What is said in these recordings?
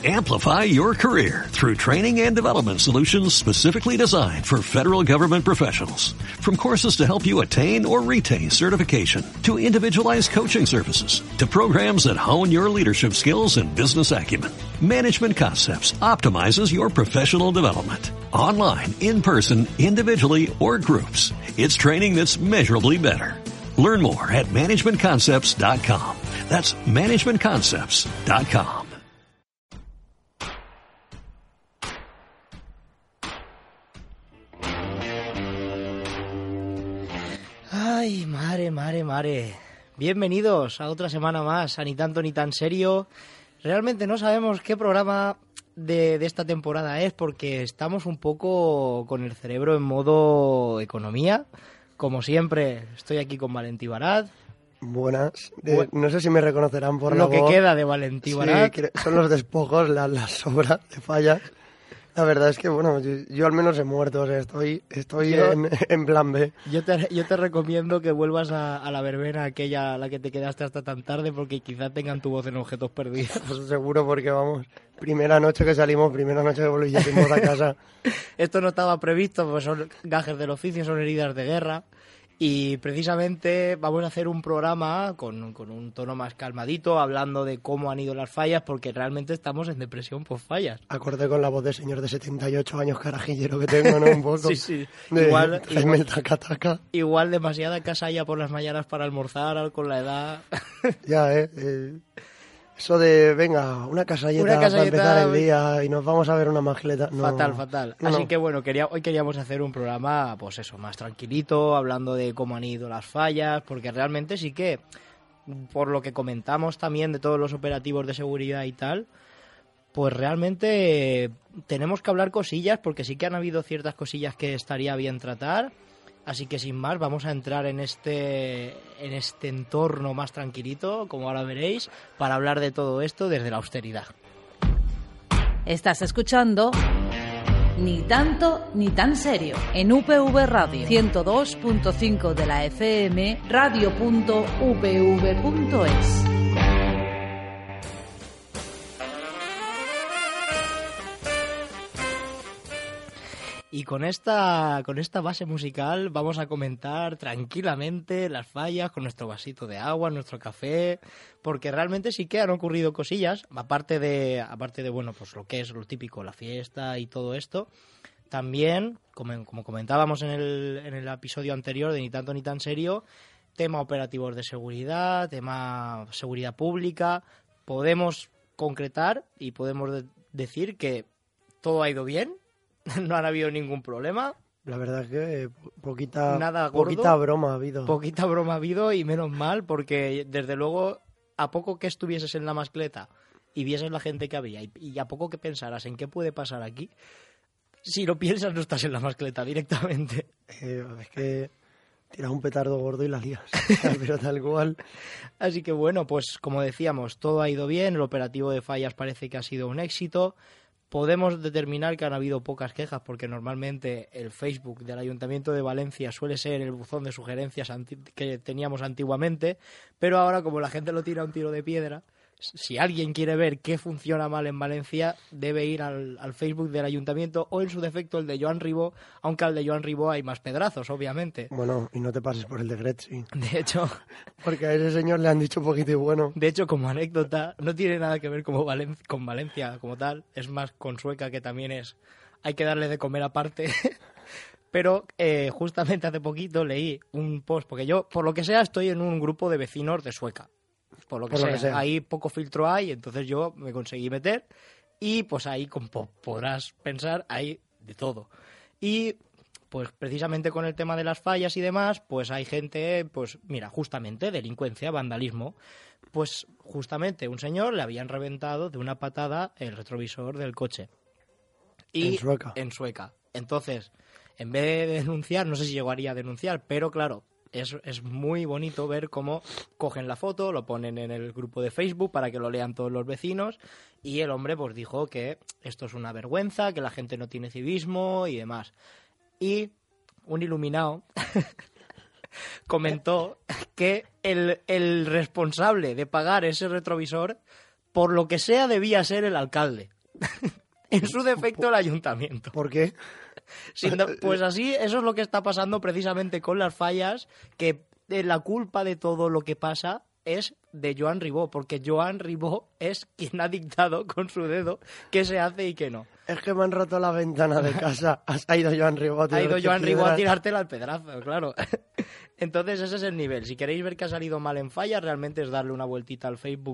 Amplify your career through training and development solutions specifically designed for federal government professionals. From courses to help you attain or retain certification, to individualized coaching services, to programs that hone your leadership skills and business acumen, Management Concepts optimizes your professional development. Online, in person, individually, or groups, it's training that's measurably better. Learn more at managementconcepts.com. That's managementconcepts.com. Ay, madre. Bienvenidos a otra semana más, a Ni Tanto Ni Tan Serio. Realmente no sabemos qué programa de esta temporada es porque estamos un poco con el cerebro en modo economía. Como siempre, estoy aquí con Valentí Barat. Buenas. No sé si me reconocerán por lo la que voz. queda de Valentí Barat. Sí, son los despojos, las sobras de fallas. La verdad es que, bueno, yo al menos he muerto, o sea, estoy en plan B. Yo te recomiendo que vuelvas a la verbena aquella a la que te quedaste hasta tan tarde porque quizá tengan tu voz en objetos perdidos. Pues seguro porque, vamos, primera noche que salimos, primera noche que volvimos a casa. Esto no estaba previsto, pues son gajes del oficio, son heridas de guerra. Y precisamente vamos a hacer un programa con un tono más calmadito, hablando de cómo han ido las fallas, porque realmente estamos en depresión por fallas. Acorde con la voz de señor de 78 años carajillero que tengo, ¿no? Un poco. Sí. Igual el taca-taca. Igual demasiada casalla por las mañanas para almorzar, con la edad. Ya, Eso de, venga, una casalleta para empezar el día y nos vamos a ver una magleta. No, fatal. Así que bueno, hoy queríamos hacer un programa, pues eso, más tranquilito, hablando de cómo han ido las fallas, porque realmente sí que, por lo que comentamos también de todos los operativos de seguridad y tal, pues realmente tenemos que hablar cosillas, porque sí que han habido ciertas cosillas que estaría bien tratar. Así que sin más, vamos a entrar en este entorno más tranquilito, como ahora veréis, para hablar de todo esto desde la austeridad. Estás escuchando Ni Tanto Ni Tan Serio en UPV Radio 102.5 de la FM, radio.upv.es. Y con esta base musical vamos a comentar tranquilamente las fallas con nuestro vasito de agua, nuestro café, porque realmente sí que han ocurrido cosillas, aparte de bueno, pues lo que es lo típico, la fiesta y todo esto. También, como comentábamos en el episodio anterior de Ni Tanto Ni Tan Serio, tema operativos de seguridad, tema seguridad pública, podemos concretar y podemos decir que todo ha ido bien. No han habido ningún problema. La verdad es que poquita broma ha habido. Poquita broma ha habido y menos mal, porque desde luego, a poco que estuvieses en la mascleta y vieses la gente que había y a poco que pensaras en qué puede pasar aquí, si lo piensas no estás en la mascleta directamente. Es que tiras un petardo gordo y la lías, pero tal cual. Así que bueno, pues como decíamos, todo ha ido bien, el operativo de fallas parece que ha sido un éxito. Podemos determinar que han habido pocas quejas porque normalmente el Facebook del Ayuntamiento de Valencia suele ser el buzón de sugerencias que teníamos antiguamente, pero ahora como la gente lo tira a un tiro de piedra, si alguien quiere ver qué funciona mal en Valencia, debe ir al Facebook del Ayuntamiento o en su defecto el de Joan Ribó, aunque al de Joan Ribó hay más pedrazos, obviamente. Bueno, y no te pases por el de Gretzi. De hecho... Porque a ese señor le han dicho poquito y bueno. De hecho, como anécdota, no tiene nada que ver con Valencia como tal, es más con Sueca, que también hay que darle de comer aparte. Pero justamente hace poquito leí un post, porque yo, por lo que sea, estoy en un grupo de vecinos de Sueca. Por lo que sea, ahí poco filtro hay, entonces yo me conseguí meter y pues ahí, como podrás pensar, hay de todo. Y pues precisamente con el tema de las fallas y demás, pues hay gente, pues mira, justamente delincuencia, vandalismo. Pues justamente un señor le habían reventado de una patada el retrovisor del coche. Y en Sueca. Entonces, en vez de denunciar, no sé si llegaría a denunciar, pero claro, es muy bonito ver cómo cogen la foto, lo ponen en el grupo de Facebook para que lo lean todos los vecinos, y el hombre pues dijo que esto es una vergüenza, que la gente no tiene civismo y demás. Y un iluminado comentó que el responsable de pagar ese retrovisor por lo que sea debía ser el alcalde. En su defecto el ayuntamiento. ¿Por qué? Pues así, eso es lo que está pasando precisamente con las fallas, que la culpa de todo lo que pasa es de Joan Ribó, porque Joan Ribó es quien ha dictado con su dedo qué se hace y qué no. Es que me han roto la ventana de casa. Ha ido Joan Ribó a tirarte Ha ido Joan Ribó a piedras. tirártela al pedrazo, claro. Entonces ese es el nivel. Si queréis ver que ha salido mal en fallas, realmente es darle una vueltita al Facebook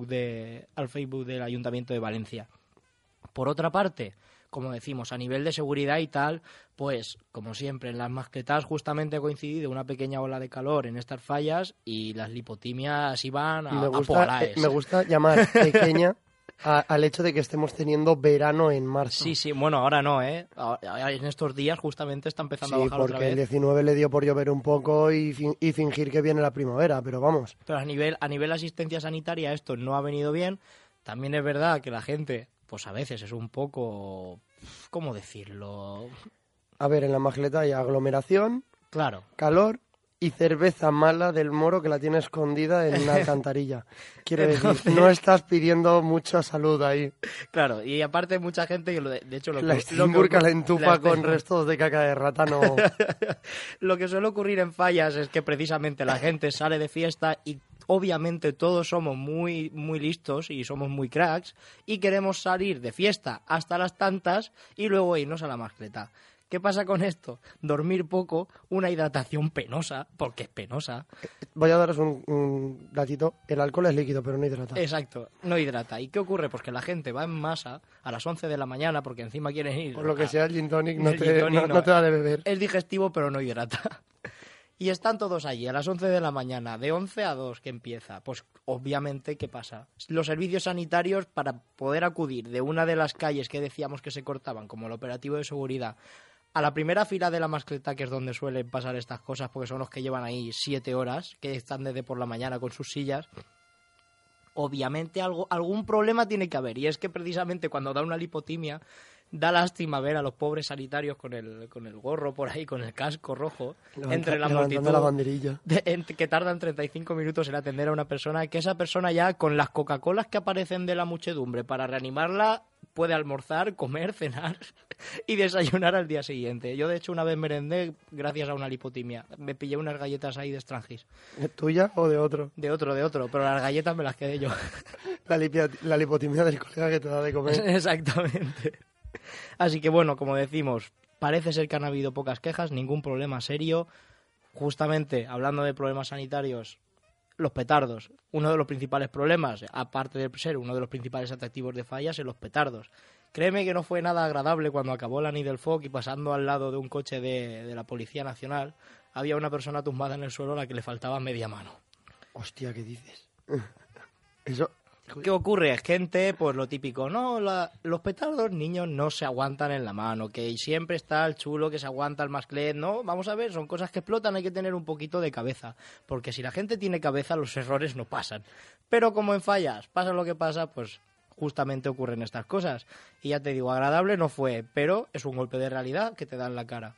del Ayuntamiento de Valencia. Por otra parte, como decimos, a nivel de seguridad y tal, pues, como siempre, en las mascletas justamente ha coincidido una pequeña ola de calor en estas fallas y las lipotimias iban a polares. Me gusta llamar pequeña al hecho de que estemos teniendo verano en marzo. Sí, bueno, ahora no, ¿eh? Ahora, en estos días justamente está empezando a bajar otra porque vez. el 19 le dio por llover un poco y fingir que viene la primavera, pero vamos. Pero a nivel asistencia sanitaria esto no ha venido bien. También es verdad que la gente, pues a veces es un poco... ¿Cómo decirlo? A ver, en la Mascleta hay aglomeración, Claro. calor y cerveza mala del Moro que la tiene escondida en una alcantarilla. Quiero decir, no estás pidiendo mucha salud ahí. Claro, y aparte mucha gente que de hecho La Steinburg la entufa con restos de caca de rata, no... Lo que suele ocurrir en fallas es que precisamente la gente sale de fiesta y obviamente todos somos muy, muy listos y somos muy cracks y queremos salir de fiesta hasta las tantas y luego irnos a la mascleta. ¿Qué pasa con esto? Dormir poco, una hidratación penosa, porque es penosa. Voy a daros un datito. El alcohol es líquido, pero no hidrata. Exacto, no hidrata. ¿Y qué ocurre? Pues que la gente va en masa a las 11 de la mañana porque encima quieren ir... Por lo que sea, el gin tonic El gin tonic no te da de beber. Es digestivo, pero no hidrata. Y están todos allí a las 11 de la mañana, de 11 a 2 que empieza. Pues obviamente, ¿qué pasa? Los servicios sanitarios, para poder acudir de una de las calles que decíamos que se cortaban, como el operativo de seguridad, a la primera fila de la mascleta, que es donde suelen pasar estas cosas, porque son los que llevan ahí 7 horas, que están desde por la mañana con sus sillas, obviamente algún problema tiene que haber. Y es que precisamente cuando da una lipotimia, da lástima ver a los pobres sanitarios con el gorro por ahí, con el casco rojo, entre la multitud, la banderilla. Que tardan 35 minutos en atender a una persona, que esa persona ya con las Coca-Colas que aparecen de la muchedumbre para reanimarla puede almorzar, comer, cenar y desayunar al día siguiente. Yo de hecho una vez merendé gracias a una lipotimia. Me pillé unas galletas ahí de Strangis. ¿Tuya o de otro? De otro, pero las galletas me las quedé yo. La lipotimia del colega que te da de comer. Exactamente. Así que bueno, como decimos, parece ser que han habido pocas quejas, ningún problema serio. Justamente, hablando de problemas sanitarios, los petardos. Uno de los principales problemas, aparte de ser uno de los principales atractivos de fallas, es los petardos. Créeme que no fue nada agradable cuando acabó la Nidelfoc y pasando al lado de un coche de la Policía Nacional, había una persona tumbada en el suelo a la que le faltaba media mano. Hostia, ¿qué dices? Eso... ¿Qué ocurre? Gente, pues lo típico, no, los petardos niños no se aguantan en la mano, que siempre está el chulo que se aguanta el masclet, no, vamos a ver, son cosas que explotan, hay que tener un poquito de cabeza, porque si la gente tiene cabeza los errores no pasan, pero como en fallas pasa lo que pasa, pues justamente ocurren estas cosas, y ya te digo, agradable no fue, pero es un golpe de realidad que te da en la cara.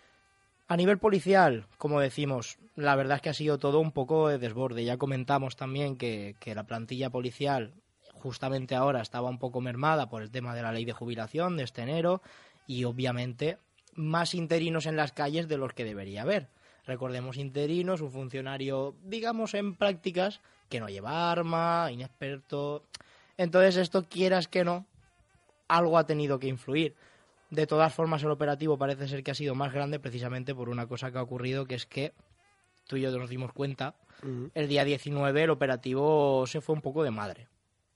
A nivel policial, como decimos, la verdad es que ha sido todo un poco de desborde. Ya comentamos también que la plantilla policial justamente ahora estaba un poco mermada por el tema de la ley de jubilación de este enero y obviamente más interinos en las calles de los que debería haber. Recordemos interinos, un funcionario, digamos, en prácticas, que no lleva arma, inexperto. Entonces esto, quieras que no, algo ha tenido que influir. De todas formas, el operativo parece ser que ha sido más grande precisamente por una cosa que ha ocurrido, que es que tú y yo nos dimos cuenta, el día 19 el operativo se fue un poco de madre.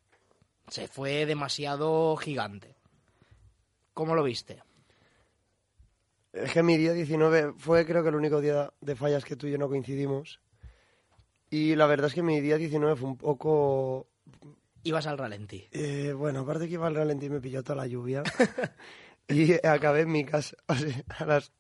Se fue demasiado gigante. ¿Cómo lo viste? Es que mi día 19 fue creo que el único día de fallas que tú y yo no coincidimos. Y la verdad es que mi día 19 fue un poco... Ibas al ralentí. Bueno, aparte que iba al ralentí me pilló toda la lluvia. Y acabé en mi casa a las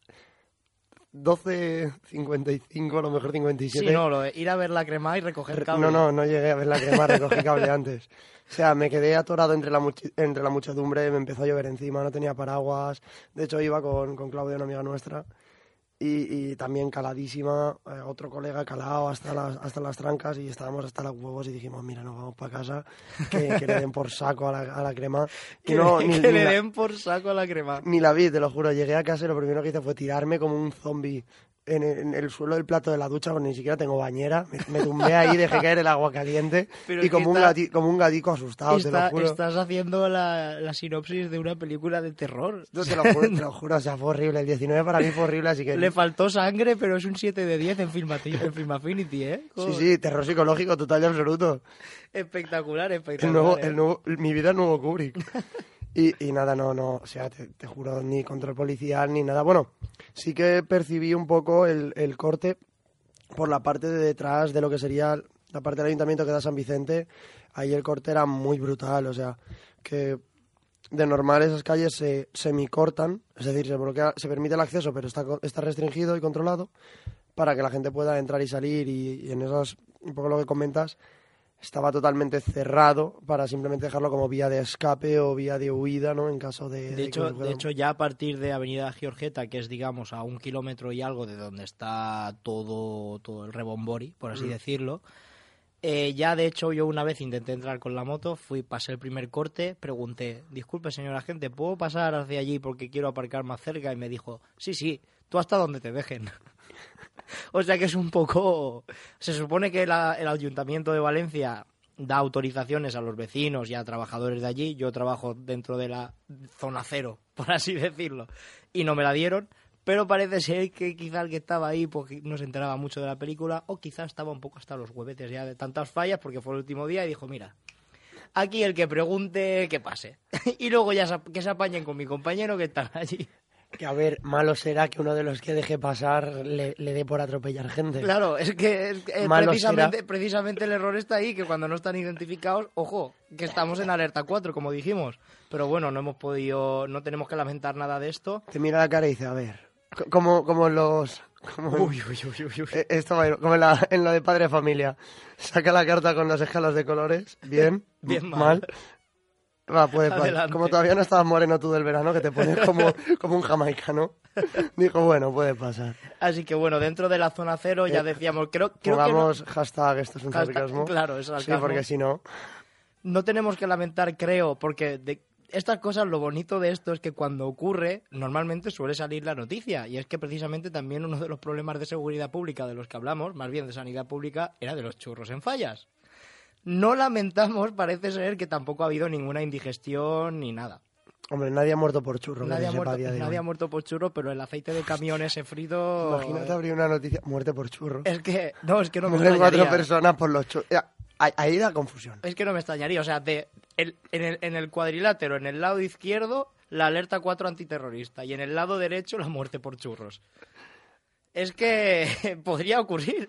12:55, a lo mejor 57. Sí, no, ir a ver la crema y recoger cable. No llegué a ver la crema, recogí cable antes. O sea, me quedé atorado entre la muchedumbre, me empezó a llover encima, no tenía paraguas. De hecho, iba con Claudia, una amiga nuestra, Y también caladísima, otro colega calado hasta las trancas y estábamos hasta los huevos y dijimos, mira, nos vamos para casa, que le den por saco a la crema. Y que le den por saco a la crema. Ni la vi, te lo juro. Llegué a casa y lo primero que hice fue tirarme como un zombie en el suelo del plato de la ducha, porque ni siquiera tengo bañera. Me tumbé ahí, dejé caer el agua caliente y como un gatico asustado, te lo juro. Estás haciendo la sinopsis de una película de terror. No, te lo juro, o sea, fue horrible. El 19 para mí fue horrible, así que... Le faltó sangre, pero es un 7 de 10 en Film Affinity, ¿eh? Joder. Sí, terror psicológico total y absoluto. Espectacular. Mi vida es nuevo Kubrick. Y nada, no, o sea, te juro, ni control policial ni nada. Bueno, sí que percibí un poco el corte por la parte de detrás de lo que sería la parte del ayuntamiento que da San Vicente. Ahí el corte era muy brutal, o sea, que de normal esas calles se semicortan, es decir, se permite el acceso, pero está restringido y controlado para que la gente pueda entrar y salir y en esas, un poco lo que comentas, estaba totalmente cerrado para simplemente dejarlo como vía de escape o vía de huida, ¿no? En caso de... De hecho, ya a partir de Avenida Giorgetta, que es, digamos, a 1 kilómetro y algo de donde está todo el rebombori, por así decirlo, ya de hecho yo una vez intenté entrar con la moto, pasé el primer corte, pregunté, disculpe señor agente, ¿puedo pasar hacia allí porque quiero aparcar más cerca? Y me dijo, sí, tú hasta donde te dejen. O sea que es un poco... Se supone que el Ayuntamiento de Valencia da autorizaciones a los vecinos y a trabajadores de allí. Yo trabajo dentro de la zona cero, por así decirlo, y no me la dieron. Pero parece ser que quizá el que estaba ahí pues, no se enteraba mucho de la película o quizá estaba un poco hasta los huevetes ya de tantas fallas porque fue el último día y dijo, mira, aquí el que pregunte, que pase. Y luego ya que se apañen con mi compañero que está allí. Que a ver, malo será que uno de los que deje pasar le dé por atropellar gente. Claro, es que precisamente el error está ahí, que cuando no están identificados, ojo, que estamos en alerta 4, como dijimos. Pero bueno, no tenemos que lamentar nada de esto. Te mira la cara y dice, a ver, como los... Uy. Esto va a ir, como en lo de Padre de Familia. Saca la carta con las escalas de colores, bien, bien mal. Va, pues, como todavía no estabas moreno tú del verano, que te pones como un jamaicano, dijo, bueno, puede pasar. Así que bueno, dentro de la zona cero ya decíamos, creo pongamos que... hashtag, esto es un sarcasmo. Claro, es sarcasmo. Sí, porque si no... No tenemos que lamentar, creo, porque estas cosas, lo bonito de esto es que cuando ocurre, normalmente suele salir la noticia. Y es que precisamente también uno de los problemas de seguridad pública de los que hablamos, más bien de sanidad pública, era de los churros en fallas. No lamentamos, parece ser, que tampoco ha habido ninguna indigestión ni nada. Hombre, nadie ha muerto por churro. Nadie ha muerto por churro, pero el aceite de camión ese frito... Imagínate abrir una noticia, muerte por churro. Es que no me extrañaría. 4 personas por los churros. Ahí da confusión. Es que no me extrañaría. O sea, en el cuadrilátero, en el lado izquierdo, la alerta 4 antiterrorista. Y en el lado derecho, la muerte por churros. Es que podría ocurrir.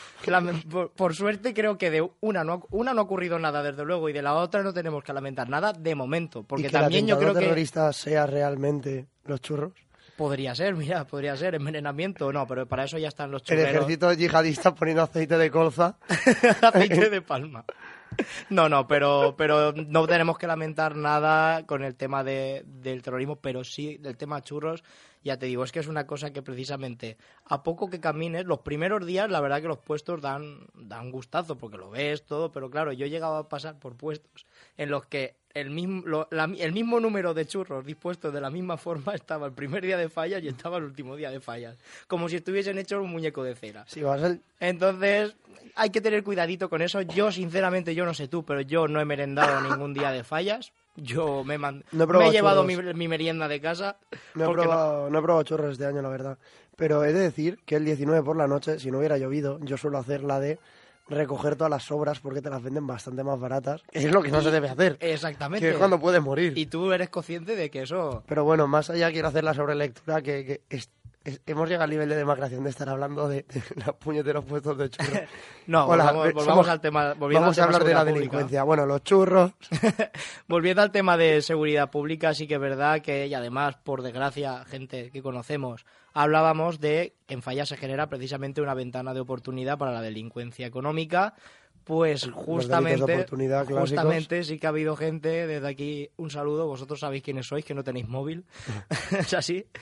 Por suerte creo que de una no ha ocurrido nada, desde luego, y de la otra no tenemos que lamentar nada de momento. Porque ¿Y que también el yo creo que... terrorista sea realmente los churros? Podría ser, envenenamiento. No, pero para eso ya están los churreros. El ejército yihadista poniendo aceite de colza. Aceite de palma. No, pero no tenemos que lamentar nada con el tema del terrorismo, pero sí del tema churros. Ya te digo, es que es una cosa que precisamente a poco que camines, los primeros días la verdad que los puestos dan gustazo porque lo ves todo, pero claro, yo he llegado a pasar por puestos en los que el mismo número de churros dispuestos de la misma forma estaba el primer día de fallas y estaba el último día de fallas, como si estuviesen hechos un muñeco de cera. Sí, Entonces hay que tener cuidadito con eso. Yo sinceramente, yo no sé tú, pero yo no he merendado ningún día de fallas. Yo me he llevado mi merienda de casa. No he probado churros este año, la verdad. Pero he de decir que el 19 por la noche, si no hubiera llovido, yo suelo hacer la de recoger todas las sobras porque te las venden bastante más baratas. Es lo que no se debe hacer. Exactamente. Que es cuando puedes morir. Y tú eres consciente de que eso... Pero bueno, más allá quiero hacer la sobrelectura que hemos llegado al nivel de demacración de estar hablando de los puñeteros puestos de churros. No, volvamos al tema. Vamos a hablar de la delincuencia. Bueno, los churros. Volviendo al tema de seguridad pública, sí que es verdad que, y además, por desgracia, gente que conocemos, hablábamos de que en fallas se genera precisamente una ventana de oportunidad para la delincuencia económica. Pues justamente sí que ha habido gente, desde aquí un saludo, vosotros sabéis quiénes sois, que no tenéis móvil, es así.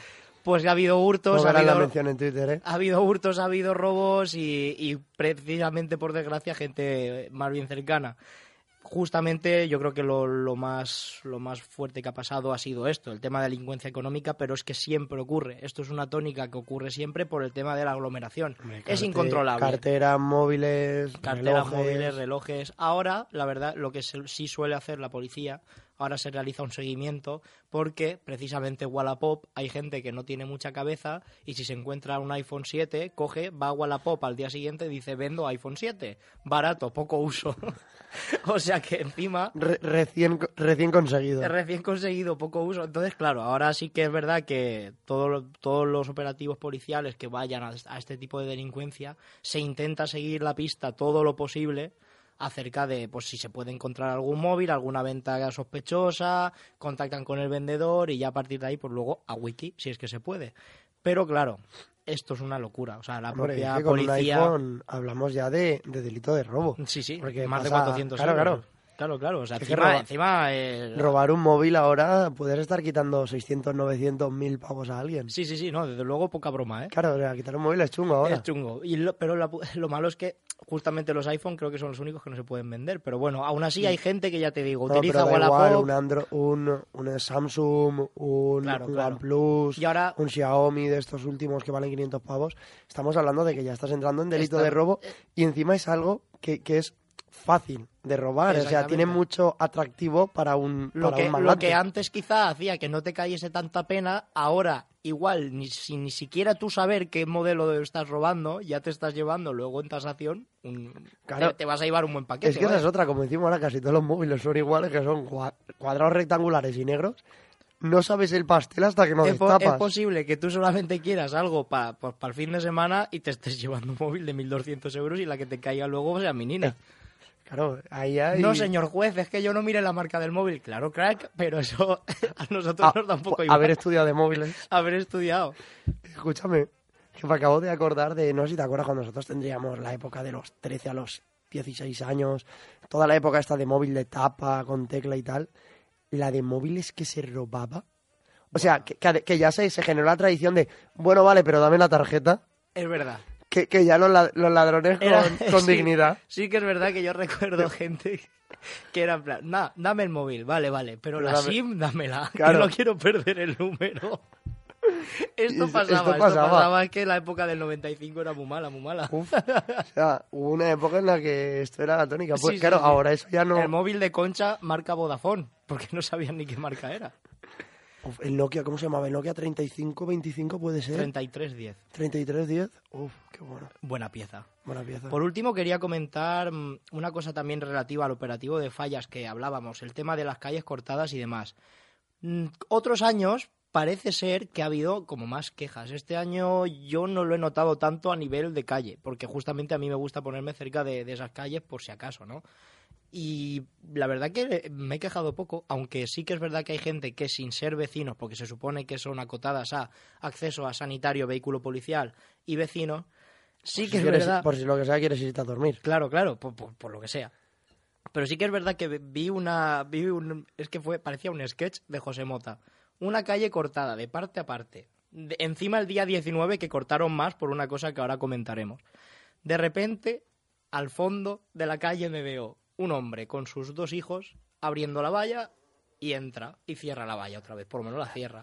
Pues ha habido hurtos, No verás la mención en Twitter, ¿eh? ha habido hurtos, ha habido robos y precisamente, por desgracia, gente más bien cercana. Justamente yo creo que lo más fuerte que ha pasado ha sido esto, el tema de delincuencia económica, pero es que siempre ocurre. Esto es una tónica que ocurre siempre por el tema de la aglomeración. Es incontrolable. Carteras móviles, relojes. Ahora, la verdad, lo que sí suele hacer la policía, ahora se realiza un seguimiento porque precisamente Wallapop, hay gente que no tiene mucha cabeza y si se encuentra un iPhone 7, coge, va a Wallapop al día siguiente y dice vendo iPhone 7, barato, poco uso. O sea que encima... Recién conseguido. Recién conseguido, poco uso. Entonces, claro, ahora sí que es verdad que todos los operativos policiales que vayan a este tipo de delincuencia, se intenta seguir la pista todo lo posible acerca de pues si se puede encontrar algún móvil, alguna venta sospechosa, contactan con el vendedor y ya a partir de ahí, pues luego a Wiki, si es que se puede. Pero claro, esto es una locura. O sea, la propia es que con policía... un iPhone hablamos ya de delito de robo. Sí, porque más de pasa... 400 claro, euros. Claro. Claro. O sea, Es que encima robar un móvil ahora, puedes estar quitando 600, 900, 1000 pavos a alguien. Sí, no, desde luego poca broma, ¿eh? Claro, o sea, quitar un móvil es chungo ahora. Es chungo. Pero lo malo es que justamente los iPhone creo que son los únicos que no se pueden vender. Pero bueno, aún así hay gente que ya te digo, utiliza pero da Wallapop. igual, un Samsung, un OnePlus, y ahora... un Xiaomi de estos últimos que valen 500 pavos. Estamos hablando de que ya estás entrando en delito de robo y encima es algo que es fácil de robar, o sea, tiene mucho atractivo para un magnate. Lo que antes quizá hacía que no te cayese tanta pena, ahora igual, sin ni siquiera tú saber qué modelo estás robando, ya te estás llevando luego en tasación, te vas a llevar un buen paquete. Es que esa es otra, como decimos ahora, casi todos los móviles son iguales, que son cuadrados rectangulares y negros. No sabes el pastel hasta que no destapas. Es posible que tú solamente quieras algo para el fin de semana y te estés llevando un móvil de 1.200 euros y la que te caiga luego sea menina. Claro, ahí hay... No, señor juez, es que yo no mire la marca del móvil. Claro, crack, pero eso a nosotros nos da un poco igual. Haber estudiado de móviles. Haber estudiado. Escúchame, que me acabo de acordar de... No sé si te acuerdas cuando nosotros tendríamos la época de los 13 a los 16 años. Toda la época esta de móvil de tapa, con tecla y tal. La de móviles que se robaba. O sea, que ya se generó la tradición de... Bueno, vale, pero dame la tarjeta. Es verdad. Que ya los ladrones con sí, dignidad. Sí que es verdad que yo recuerdo gente que era en plan, dame el móvil, vale, pero la SIM dámela, claro. Que no quiero perder el número. Esto pasaba, es que la época del 95 era muy mala. Uf, o sea, hubo una época en la que esto era la tónica. Pues, sí, claro, sí. Ahora eso ya no... El móvil de Concha marca Vodafone, porque no sabían ni qué marca era. Uf, el Nokia, ¿cómo se llamaba? El Nokia 3525 puede ser. 3310. 3310. Uf, qué bueno. Buena pieza. Por último, quería comentar una cosa también relativa al operativo de fallas que hablábamos, el tema de las calles cortadas y demás. Otros años parece ser que ha habido como más quejas. Este año yo no lo he notado tanto a nivel de calle, porque justamente a mí me gusta ponerme cerca de esas calles por si acaso, ¿no? Y la verdad que me he quejado poco, aunque sí que es verdad que hay gente que sin ser vecinos, porque se supone que son acotadas a acceso a sanitario, vehículo policial y vecinos, sí que es verdad... Por si lo que sea quieres irte a dormir. Claro, por lo que sea. Pero sí que es verdad que parecía un sketch de José Mota. Una calle cortada de parte a parte. Encima el día 19 que cortaron más por una cosa que ahora comentaremos. De repente, al fondo de la calle me veo un hombre con sus 2 hijos abriendo la valla y entra y cierra la valla otra vez, por lo menos la cierra.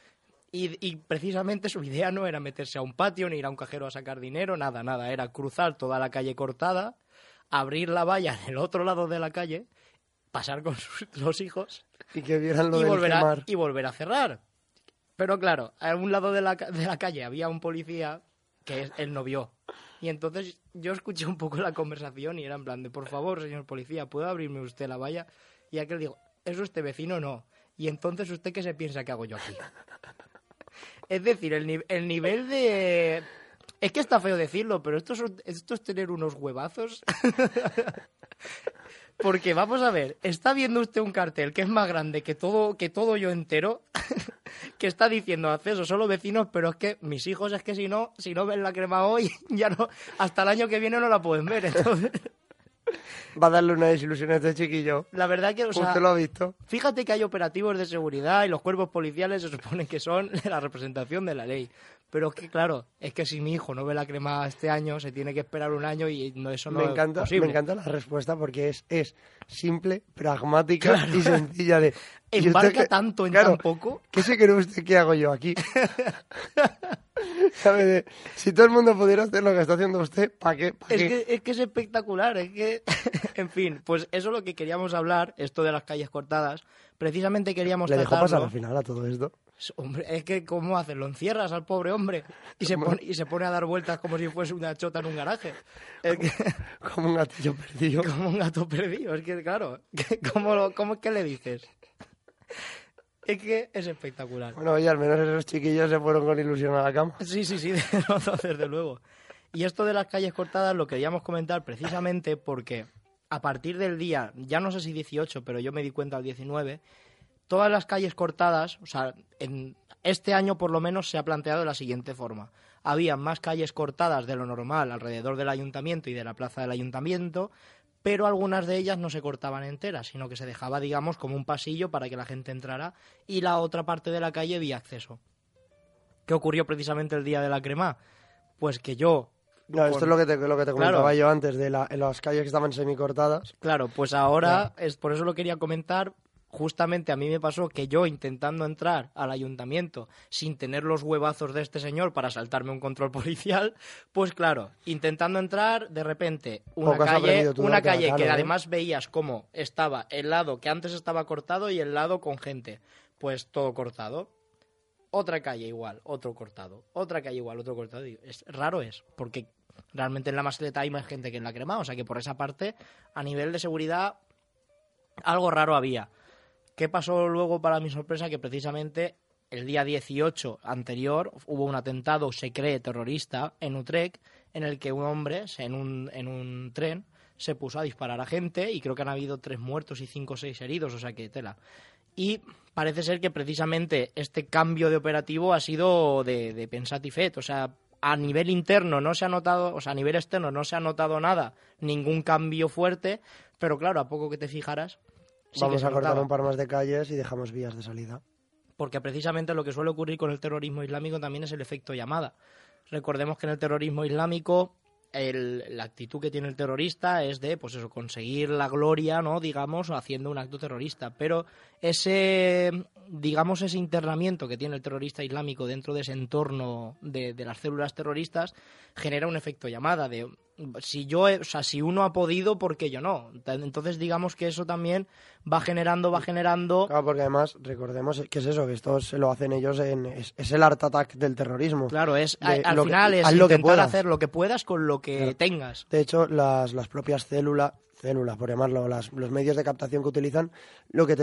Y precisamente su idea no era meterse a un patio ni ir a un cajero a sacar dinero, nada. Era cruzar toda la calle cortada, abrir la valla en el otro lado de la calle, pasar con sus 2 hijos y que vieran lo y del volver a cerrar. Pero claro, a un lado de la calle había un policía que él no vio. Y entonces yo escuché un poco la conversación y era en plan de, por favor, señor policía, ¿puede abrirme usted la valla? Y aquel dijo, ¿es usted vecino? No. Y entonces, ¿usted qué se piensa que hago yo aquí? Es decir, el nivel de... Es que está feo decirlo, pero esto es tener unos huevazos. Porque vamos a ver, está viendo usted un cartel que es más grande que todo yo entero, que está diciendo acceso solo vecinos, pero es que mis hijos es que si no ven la crema hoy, ya no, hasta el año que viene no la pueden ver, entonces... Va a darle una desilusión a este chiquillo. La verdad que, o sea, ¿Usted lo ha visto? fíjate que hay operativos de seguridad y los cuerpos policiales se supone que son la representación de la ley. Pero es que, claro, es que si mi hijo no ve la crema este año, se tiene que esperar un año y eso no es posible. Me encanta la respuesta porque es simple, pragmática y sencilla de... Embarca tanto en tan poco. ¿Qué se cree usted que hago yo aquí? ¿Sabe? Si todo el mundo pudiera hacer lo que está haciendo usted, ¿para qué? Es que es espectacular, es que... En fin, pues eso es lo que queríamos hablar, esto de las calles cortadas. Precisamente queríamos ¿Le dejó tratarlo. pasar al final a todo esto? Hombre, es que ¿cómo haces? Lo encierras al pobre hombre y se pone a dar vueltas como si fuese una chota en un garaje. Es que... Como un gatillo perdido. Como un gato perdido. Es que, claro, ¿cómo es que le dices? Es que es espectacular. Bueno, oye, al menos esos chiquillos se fueron con ilusión a la cama. Sí, desde luego. Y esto de las calles cortadas lo queríamos comentar precisamente porque a partir del día, ya no sé si 18, pero yo me di cuenta al 19, todas las calles cortadas, o sea, en este año por lo menos se ha planteado de la siguiente forma. Había más calles cortadas de lo normal alrededor del ayuntamiento y de la plaza del ayuntamiento, pero algunas de ellas no se cortaban enteras, sino que se dejaba, digamos, como un pasillo para que la gente entrara y la otra parte de la calle vía acceso. ¿Qué ocurrió precisamente el día de la crema? Pues que yo... No, esto es lo que te comentaba yo antes, en las calles que estaban semicortadas. Claro, pues ahora, es por eso lo quería comentar. Justamente a mí me pasó que yo, intentando entrar al ayuntamiento sin tener los huevazos de este señor para saltarme un control policial, pues claro, intentando entrar, de repente, una calle que además veías cómo estaba el lado que antes estaba cortado y el lado con gente, pues todo cortado. Otra calle igual, otro cortado. Otra calle igual, otro cortado. Es raro, porque realmente en la Masleta hay más gente que en la Crema, o sea que por esa parte, a nivel de seguridad, algo raro había. ¿Qué pasó luego para mi sorpresa? Que precisamente el día 18 anterior hubo un atentado, se cree, terrorista en Utrecht, en el que un hombre en un tren se puso a disparar a gente y creo que han habido 3 muertos y 5 o 6 heridos, o sea que tela. Y parece ser que precisamente este cambio de operativo ha sido de pensat i fet, o sea, a nivel interno no se ha notado, o sea, a nivel externo no se ha notado nada, ningún cambio fuerte, pero claro, a poco que te fijaras... Sí, vamos a cortar un par más de calles y dejamos vías de salida. Porque precisamente lo que suele ocurrir con el terrorismo islámico también es el efecto llamada. Recordemos que en el terrorismo islámico la actitud que tiene el terrorista es de, pues eso, conseguir la gloria, ¿no? Digamos, haciendo un acto terrorista. Pero ese internamiento que tiene el terrorista islámico dentro de ese entorno de las células terroristas genera un efecto llamada de si uno ha podido, ¿por qué yo no? Entonces digamos que eso también va generando... Claro, porque además recordemos que es eso, que esto se lo hacen ellos, es el art attack del terrorismo. Claro, al final es intentar hacer lo que puedas con lo que tengas. De hecho, las propias células, por llamarlo, los medios de captación que utilizan, lo que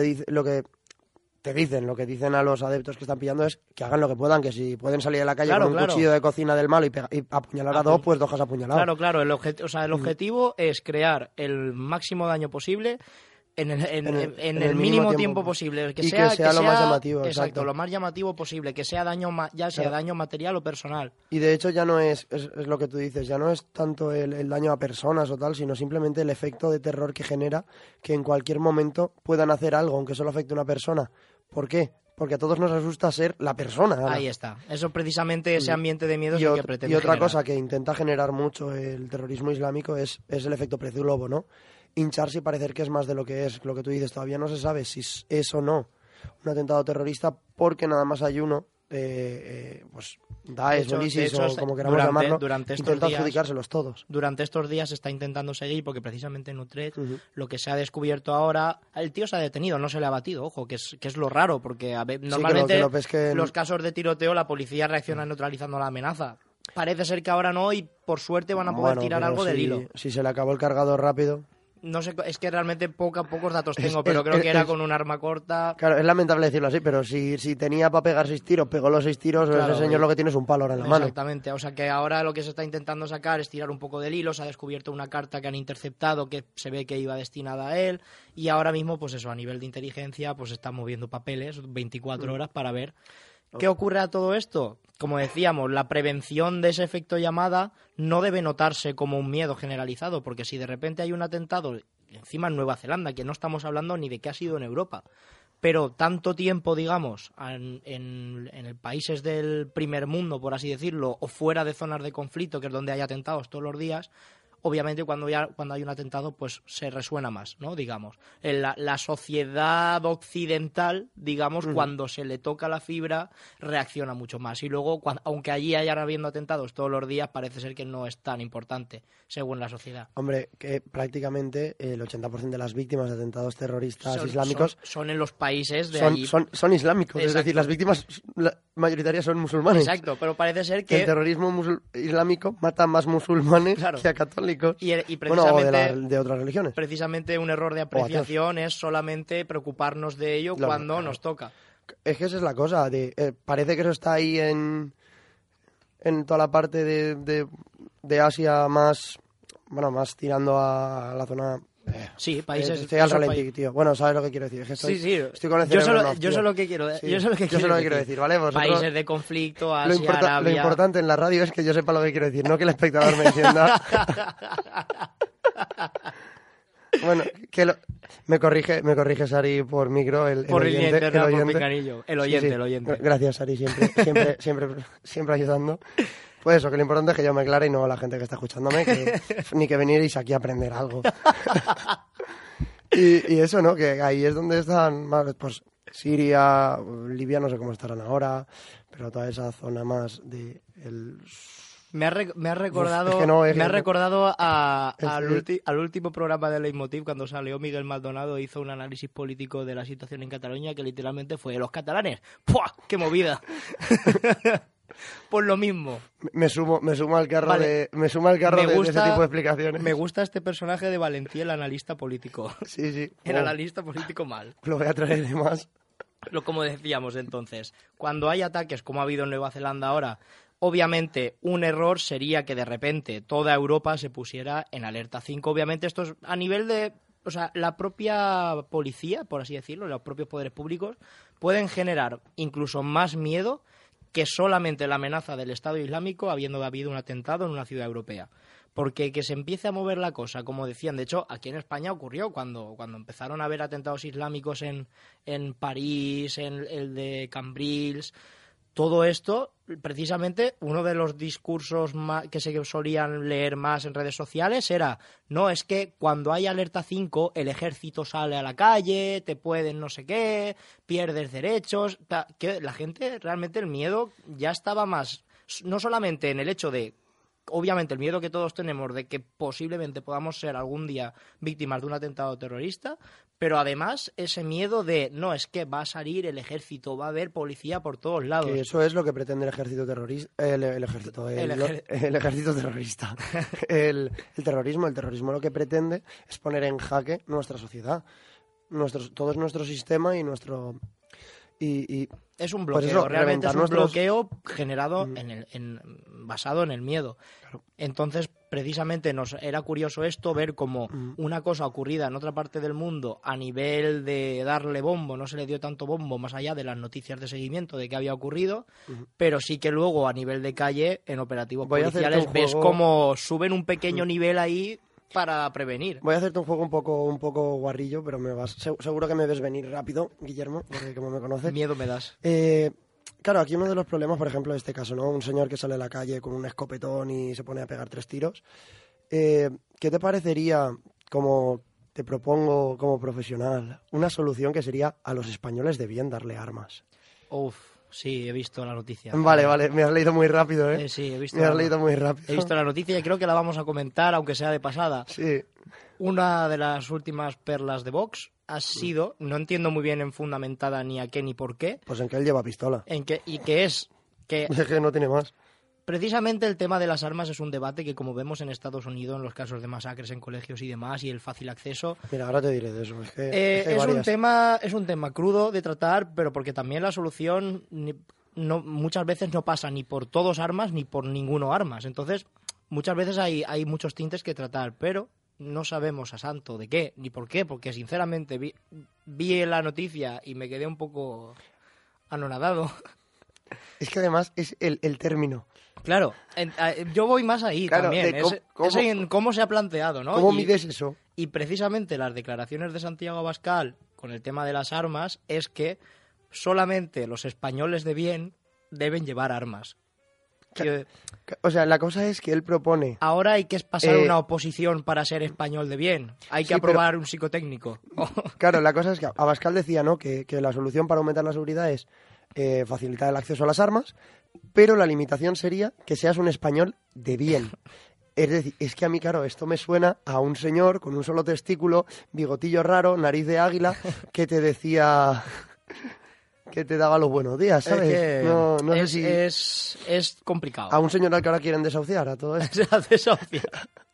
dicen a los adeptos que están pillando es que hagan lo que puedan, que si pueden salir de la calle con un cuchillo de cocina del malo y apuñalar a 2, pues 2 apuñalados. Claro, el objetivo es crear el máximo daño posible en el mínimo tiempo posible, que sea lo más llamativo. Exacto, lo más llamativo posible, que sea daño daño material o personal. Y de hecho ya no es lo que tú dices, ya no es tanto el daño a personas o tal, sino simplemente el efecto de terror que genera que en cualquier momento puedan hacer algo, aunque solo afecte a una persona. ¿Por qué? Porque a todos nos asusta ser la persona. Ana. Ahí está. Eso precisamente, ese ambiente de miedo es el que pretende Y otra generar. cosa que intenta generar mucho el terrorismo islámico es el efecto pez globo, ¿no? Hincharse y parecer que es más de lo que es. Lo que tú dices, todavía no se sabe si es o no un atentado terrorista porque nada más hay uno, pues Daesh o ISIS o como queramos llamarlo, intenta adjudicárselos todos. Durante estos días se está intentando seguir porque precisamente en Utrecht lo que se ha descubierto ahora, el tío se ha detenido, no se le ha batido, ojo, que es lo raro porque normalmente los casos de tiroteo la policía reacciona neutralizando la amenaza. Parece ser que ahora no y por suerte van a poder tirar algo del hilo. Si se le acabó el cargador rápido... No sé, es que realmente pocos datos tengo, pero creo que era con un arma corta. Claro, es lamentable decirlo así, pero si tenía para pegar 6 tiros, pegó los 6 tiros, claro, ese señor lo que tiene es un palo ahora en la mano. Exactamente, o sea que ahora lo que se está intentando sacar es tirar un poco del hilo, se ha descubierto una carta que han interceptado que se ve que iba destinada a él, y ahora mismo, pues eso, a nivel de inteligencia, pues están moviendo papeles 24 horas para ver qué ocurre a todo esto. Como decíamos, la prevención de ese efecto llamada no debe notarse como un miedo generalizado, porque si de repente hay un atentado encima en Nueva Zelanda, que no estamos hablando ni de qué ha sido en Europa. Pero tanto tiempo, digamos, en países del primer mundo, por así decirlo, o fuera de zonas de conflicto, que es donde hay atentados todos los días, obviamente cuando hay un atentado pues se resuena más, ¿no? Digamos, la sociedad occidental, digamos, cuando se le toca la fibra reacciona mucho más, y luego aunque allí hayan habiendo atentados todos los días, parece ser que no es tan importante según la sociedad. Hombre, que prácticamente el 80% de las víctimas de atentados terroristas islámicos son en los países de allí. Son islámicos. Exacto. Es decir, las víctimas mayoritarias son musulmanes. Exacto, pero parece ser que el terrorismo islámico mata más musulmanes claro. que a católicos. Y precisamente, bueno, de otras religiones. Precisamente un error de apreciación es solamente preocuparnos de ello cuando nos toca. Es que esa es la cosa. Parece que eso está ahí en toda la parte de Asia más tirando a la zona... Sí, países... Estoy al ralentí, tío. Bueno, ¿sabes lo que quiero decir? Es que estoy con el cerebro yo sé lo que quiero decir, ¿vale? Vosotros, países de conflicto, Asia, Arabia... Lo importante en la radio es que yo sepa lo que quiero decir, no que el espectador me entienda. Bueno, me corrige Sari por micro, el oyente. Por mi cariño. El oyente. Gracias, Sari, siempre ayudando. Pues eso, que lo importante es que yo me aclare y no la gente que está escuchándome, ni que vinierais aquí a aprender algo. y eso, ¿no? Que ahí es donde están más, pues Siria, Libia, no sé cómo estarán ahora, pero toda esa zona más de Me ha recordado al último programa de Leitmotiv, cuando salió Miguel Maldonado, hizo un análisis político de la situación en Cataluña, que literalmente fue: los catalanes, ¡pua! ¡Qué movida! Pues lo mismo. Me sumo al carro de ese tipo de explicaciones. Me gusta este personaje de Valentí, el analista político. Sí. El analista político mal. Lo voy a traer de más. Como decíamos entonces, cuando hay ataques como ha habido en Nueva Zelanda ahora, obviamente un error sería que de repente toda Europa se pusiera en alerta 5. Obviamente esto es a nivel de... O sea, la propia policía, por así decirlo, los propios poderes públicos, pueden generar incluso más miedo que solamente la amenaza del Estado Islámico habiendo habido un atentado en una ciudad europea. Porque que se empiece a mover la cosa, como decían, de hecho, aquí en España ocurrió cuando empezaron a haber atentados islámicos en París, en el de Cambrils. Todo esto, precisamente, uno de los discursos que se solían leer más en redes sociales era: no, es que cuando hay alerta 5, el ejército sale a la calle, te pueden no sé qué, pierdes derechos... Que la gente, realmente, el miedo ya estaba más... No solamente en el hecho de... Obviamente, el miedo que todos tenemos de que posiblemente podamos ser algún día víctimas de un atentado terrorista, pero además ese miedo de, no, es que va a salir el ejército, va a haber policía por todos lados. Que eso es lo que pretende el ejército terrorista. El ejército terrorista. El terrorismo lo que pretende es poner en jaque nuestra sociedad, todo nuestro sistema y nuestro... Y es un bloqueo, pues eso, realmente es un bloqueo generado basado en el miedo. Claro. Entonces, precisamente era curioso esto, ver cómo una cosa ocurrida en otra parte del mundo, a nivel de darle bombo, no se le dio tanto bombo más allá de las noticias de seguimiento de qué había ocurrido, pero sí que luego a nivel de calle, en operativos policiales, ves cómo suben un pequeño nivel ahí para prevenir. Voy a hacerte un juego un poco guarrillo, pero seguro que me ves venir rápido, Guillermo, porque como me conoces. Miedo me das. Claro, aquí uno de los problemas, por ejemplo, de este caso, ¿no? Un señor que sale a la calle con un escopetón y se pone a pegar 3 tiros. ¿Qué te parecería, como te propongo como profesional, una solución que sería: a los españoles debían darle armas? Sí, he visto la noticia. Vale, me has leído muy rápido, ¿eh? Sí, he visto. Me has leído muy rápido. He visto la noticia y creo que la vamos a comentar, aunque sea de pasada. Sí. Una de las últimas perlas de Vox ha sido, no entiendo muy bien en fundamentada ni a qué ni por qué. Pues en que él lleva pistola. Es que no tiene más. Precisamente el tema de las armas es un debate que, como vemos en Estados Unidos, en los casos de masacres en colegios y demás, y el fácil acceso... Mira, ahora te diré de eso. Es un tema crudo de tratar, pero porque también la solución muchas veces no pasa ni por todos armas ni por ninguno armas. Entonces, muchas veces hay muchos tintes que tratar, pero no sabemos a santo de qué ni por qué, porque sinceramente vi la noticia y me quedé un poco anonadado. Es que además es el término. Claro, yo voy más ahí Claro, también. de Es en cómo se ha planteado, ¿no? ¿Cómo mides eso? Y precisamente las declaraciones de Santiago Abascal con el tema de las armas es que solamente los españoles de bien deben llevar armas. O sea, la cosa es que él propone... Ahora hay que pasar una oposición para ser español de bien. Hay que Sí, aprobar un psicotécnico. Claro, la cosa es que Abascal decía, ¿no?, que la solución para aumentar la seguridad es facilitar el acceso a las armas, pero la limitación sería que seas un español de bien. Es decir, es que a mí, claro, esto me suena a un señor con un solo testículo, bigotillo raro, nariz de águila, que te decía... que te daba los buenos días, ¿sabes? Es que no sé si... es complicado. A un señor al que ahora quieren desahuciar, a todo esto. Se hace desahuciar.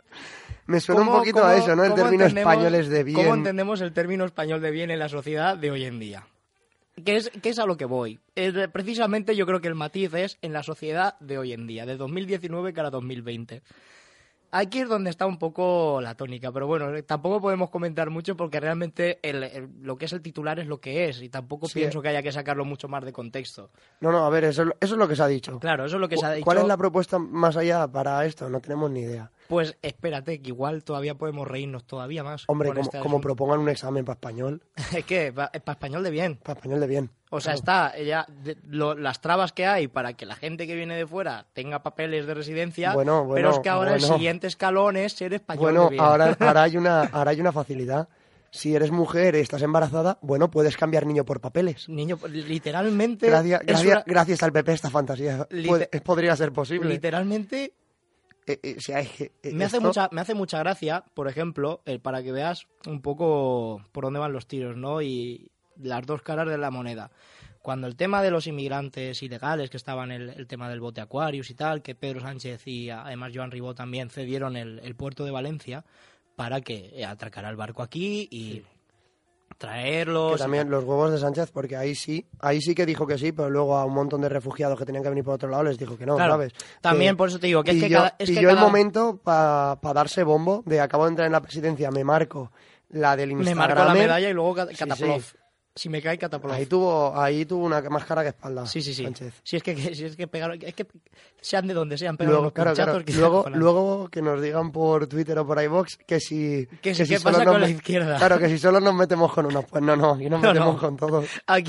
Me suena un poquito a eso, ¿no? El término españoles de bien. ¿Cómo entendemos el término español de bien en la sociedad de hoy en día? ¿Qué es a lo que voy? Precisamente yo creo que el matiz es en la sociedad de hoy en día, de 2019 cara 2020. Aquí es donde está un poco la tónica, pero bueno, tampoco podemos comentar mucho porque realmente lo que es el titular es lo que es y tampoco pienso que haya que sacarlo mucho más de contexto. No, a ver, eso es lo que se ha dicho. Claro, eso es lo que se ha dicho. ¿Cuál es la propuesta más allá para esto? No tenemos ni idea. Pues espérate, que igual todavía podemos reírnos todavía más. Hombre, con este como asunto. propongan un examen para español. Es que para español de bien. Para español de bien. O sea, Claro. está las trabas que hay para que la gente que viene de fuera tenga papeles de residencia, Bueno, pero es que ahora el bueno. siguiente escalón es ser español Bueno, de bien. ahora hay una facilidad. Si eres mujer y estás embarazada, bueno, puedes cambiar niño por papeles. Niño, literalmente... Gracias al PP esta fantasía. Podría ser posible. Literalmente... O sea, es que, me hace mucha gracia, por ejemplo, para que veas un poco por dónde van los tiros, ¿no? Y las dos caras de la moneda. Cuando el tema de los inmigrantes ilegales, que estaban el tema del bote Aquarius y tal, que Pedro Sánchez y además Joan Ribó también cedieron el puerto de Valencia para que atracara el barco aquí y traerlos. Que también los huevos de Sánchez, porque ahí sí que dijo que sí, pero luego a un montón de refugiados que tenían que venir por otro lado les dijo que no, Claro, ¿sabes? también por eso te digo que el momento para darse bombo de acabo de entrar en la presidencia, me marco la del Instagram. Me marco la medalla y luego Sí, Cataplov. sí. Si me cae Cataplov. Ahí tuvo una más cara que espalda. Sí. Sánchez. Si es que pegaron, es que sean de donde sean, pegaron unos pinchazos que luego que nos digan por Twitter o por iVox que si ¿Qué pasa con la izquierda? Claro, que si solo nos metemos con unos, pues no, aquí nos metemos con todos.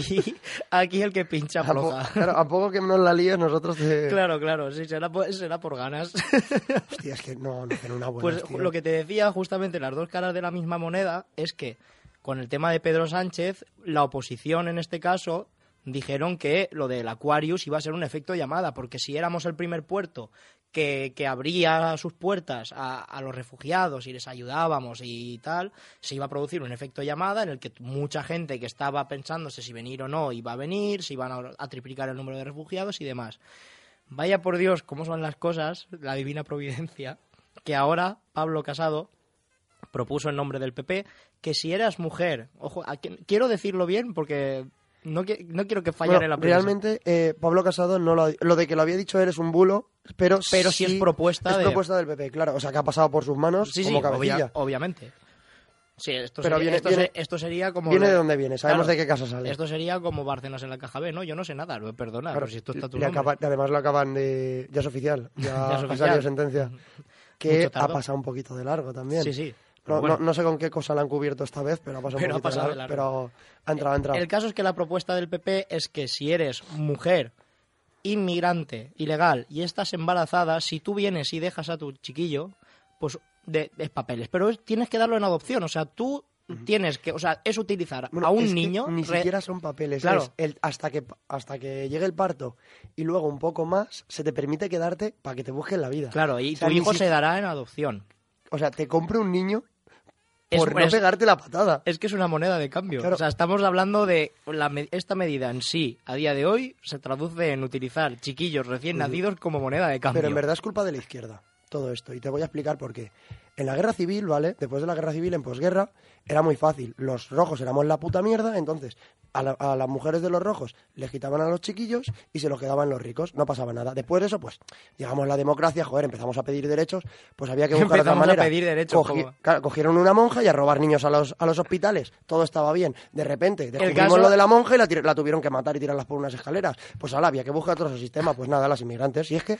Aquí el que pincha afloja. Claro, a poco que nos la líes nosotros Claro, sí, será por ganas. Hostia, es que no hacen una buena. Pues tío. lo que te decía, justamente las dos caras de la misma moneda, es que con el tema de Pedro Sánchez, la oposición en este caso dijeron que lo del Aquarius iba a ser un efecto llamada, porque si éramos el primer puerto que abría sus puertas a los refugiados y les ayudábamos y tal, se iba a producir un efecto llamada en el que mucha gente que estaba pensándose si venir o no iba a venir, si iban a triplicar el número de refugiados y demás. Vaya por Dios, cómo son las cosas, la divina providencia, que ahora Pablo Casado propuso en nombre del PP que si eras mujer, ojo, quiero decirlo bien porque no quiero que fallara en la premisa. Realmente Pablo Casado no lo de que lo había dicho él es un bulo, pero sí es propuesta propuesta del PP, claro, o sea que ha pasado por sus manos como cabecilla. Obviamente. Sí, Pero esto sería como... Viene de dónde viene, sabemos claro, de qué casa sale. Esto sería como Bárcenas en la caja B, ¿no? Yo no sé nada, perdona, Claro, pero si esto está tu y nombre. además lo acaban de... Ya es oficial, ya ha oficial. salido sentencia. Que Mucho ha tardó. pasado un poquito de largo también. Sí. Pero No sé con qué cosa la han cubierto esta vez, pero ha pasado un poquito de largo. Pero ha entrado. El caso es que la propuesta del PP es que si eres mujer, inmigrante, ilegal y estás embarazada, si tú vienes y dejas a tu chiquillo, pues es papeles. Pero tienes que darlo en adopción, o sea, tú tienes que, o sea, es utilizar a un niño... Ni siquiera son papeles, claro. es hasta que llegue el parto y luego un poco más, se te permite quedarte para que te busquen la vida. Claro, y o sea, tu hijo se dará en adopción. O sea, te compre un niño por no pegarte la patada. Es que es una moneda de cambio. Claro. O sea, estamos hablando de esta medida en sí, a día de hoy, se traduce en utilizar chiquillos recién nacidos como moneda de cambio. Pero en verdad es culpa de la izquierda todo esto, y te voy a explicar por qué. En la guerra civil, ¿vale? Después de la guerra civil, en posguerra, era muy fácil. Los rojos éramos la puta mierda, entonces a las mujeres de los rojos les quitaban a los chiquillos y se los quedaban los ricos. No pasaba nada. Después de eso, pues, llegamos a la democracia, joder, empezamos a pedir derechos, pues había que buscar otra manera. A pedir derechos. Cogieron una monja y a robar niños a los hospitales. Todo estaba bien. De repente, descubrimos lo de la monja y la tuvieron que matar y tirarlas por unas escaleras. Pues ahora había que buscar otro sistema. Pues nada, las inmigrantes. Y es que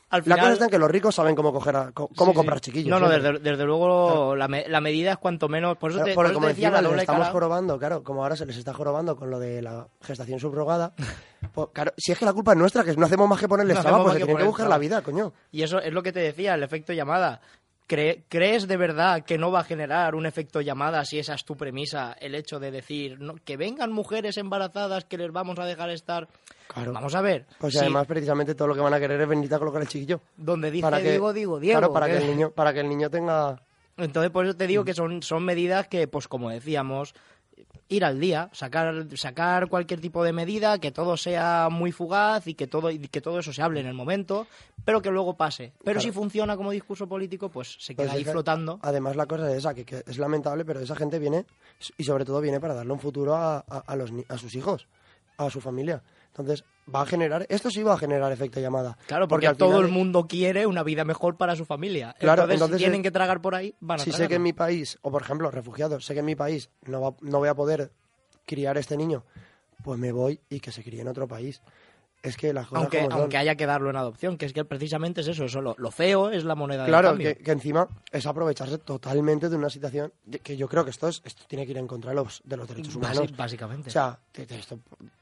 al La final... cosa está en que los ricos saben cómo comprar chiquillos. No, siempre. desde luego la medida es cuanto menos... Por eso Claro, te, porque por eso como te decía encima la les doble estamos cara. jorobando, claro, como ahora se les está jorobando con lo de la gestación subrogada, pues claro, si es que la culpa es nuestra, que no hacemos más que ponerles No trabas, hacemos pues más se que tienen que poner buscar la trabas. vida, coño. Y eso es lo que te decía, el efecto llamada. ¿Crees de verdad que no va a generar un efecto llamada si esa es tu premisa? El hecho de decir que vengan mujeres embarazadas que les vamos a dejar estar... Claro. Vamos a ver. Pues si además, precisamente, todo lo que van a querer es venirte a colocar el chiquillo. donde dice Para que- Diego, Claro, para ¿qué? que el niño tenga... Entonces, por eso te digo que son medidas que, pues como decíamos, ir al día, sacar cualquier tipo de medida, que todo sea muy fugaz y que todo eso se hable en el momento, pero que luego pase. Pero Claro. si funciona como discurso político, pues se queda Pues ahí es que, flotando. Además, la cosa es esa, que es lamentable, pero esa gente viene, y sobre todo viene para darle un futuro a sus hijos, a su familia. Entonces, esto sí va a generar efecto llamada. Claro, porque al todo final el mundo quiere una vida mejor para su familia. Claro, entonces, entonces si tienen que tragar por ahí, van a Si sé tragarlo. que en mi país, o por ejemplo, refugiados, sé que en mi país no voy a poder criar este niño, pues me voy y que se críe en otro país. Es que las cosas como son. Aunque haya que darlo en adopción, que es que precisamente es eso lo feo es la moneda del Claro, cambio. que encima es aprovecharse totalmente de una situación que yo creo que esto tiene que ir en contra de los derechos humanos. Básicamente. O sea, esto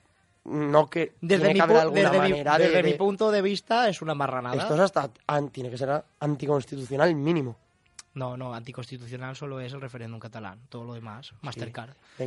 no que Desde tiene mi que haber pu- alguna desde mi- manera desde de... mi punto de vista es una marranada. Esto es hasta... tiene que ser anticonstitucional mínimo. No, anticonstitucional solo es el referéndum catalán. Todo lo demás, Mastercard. Me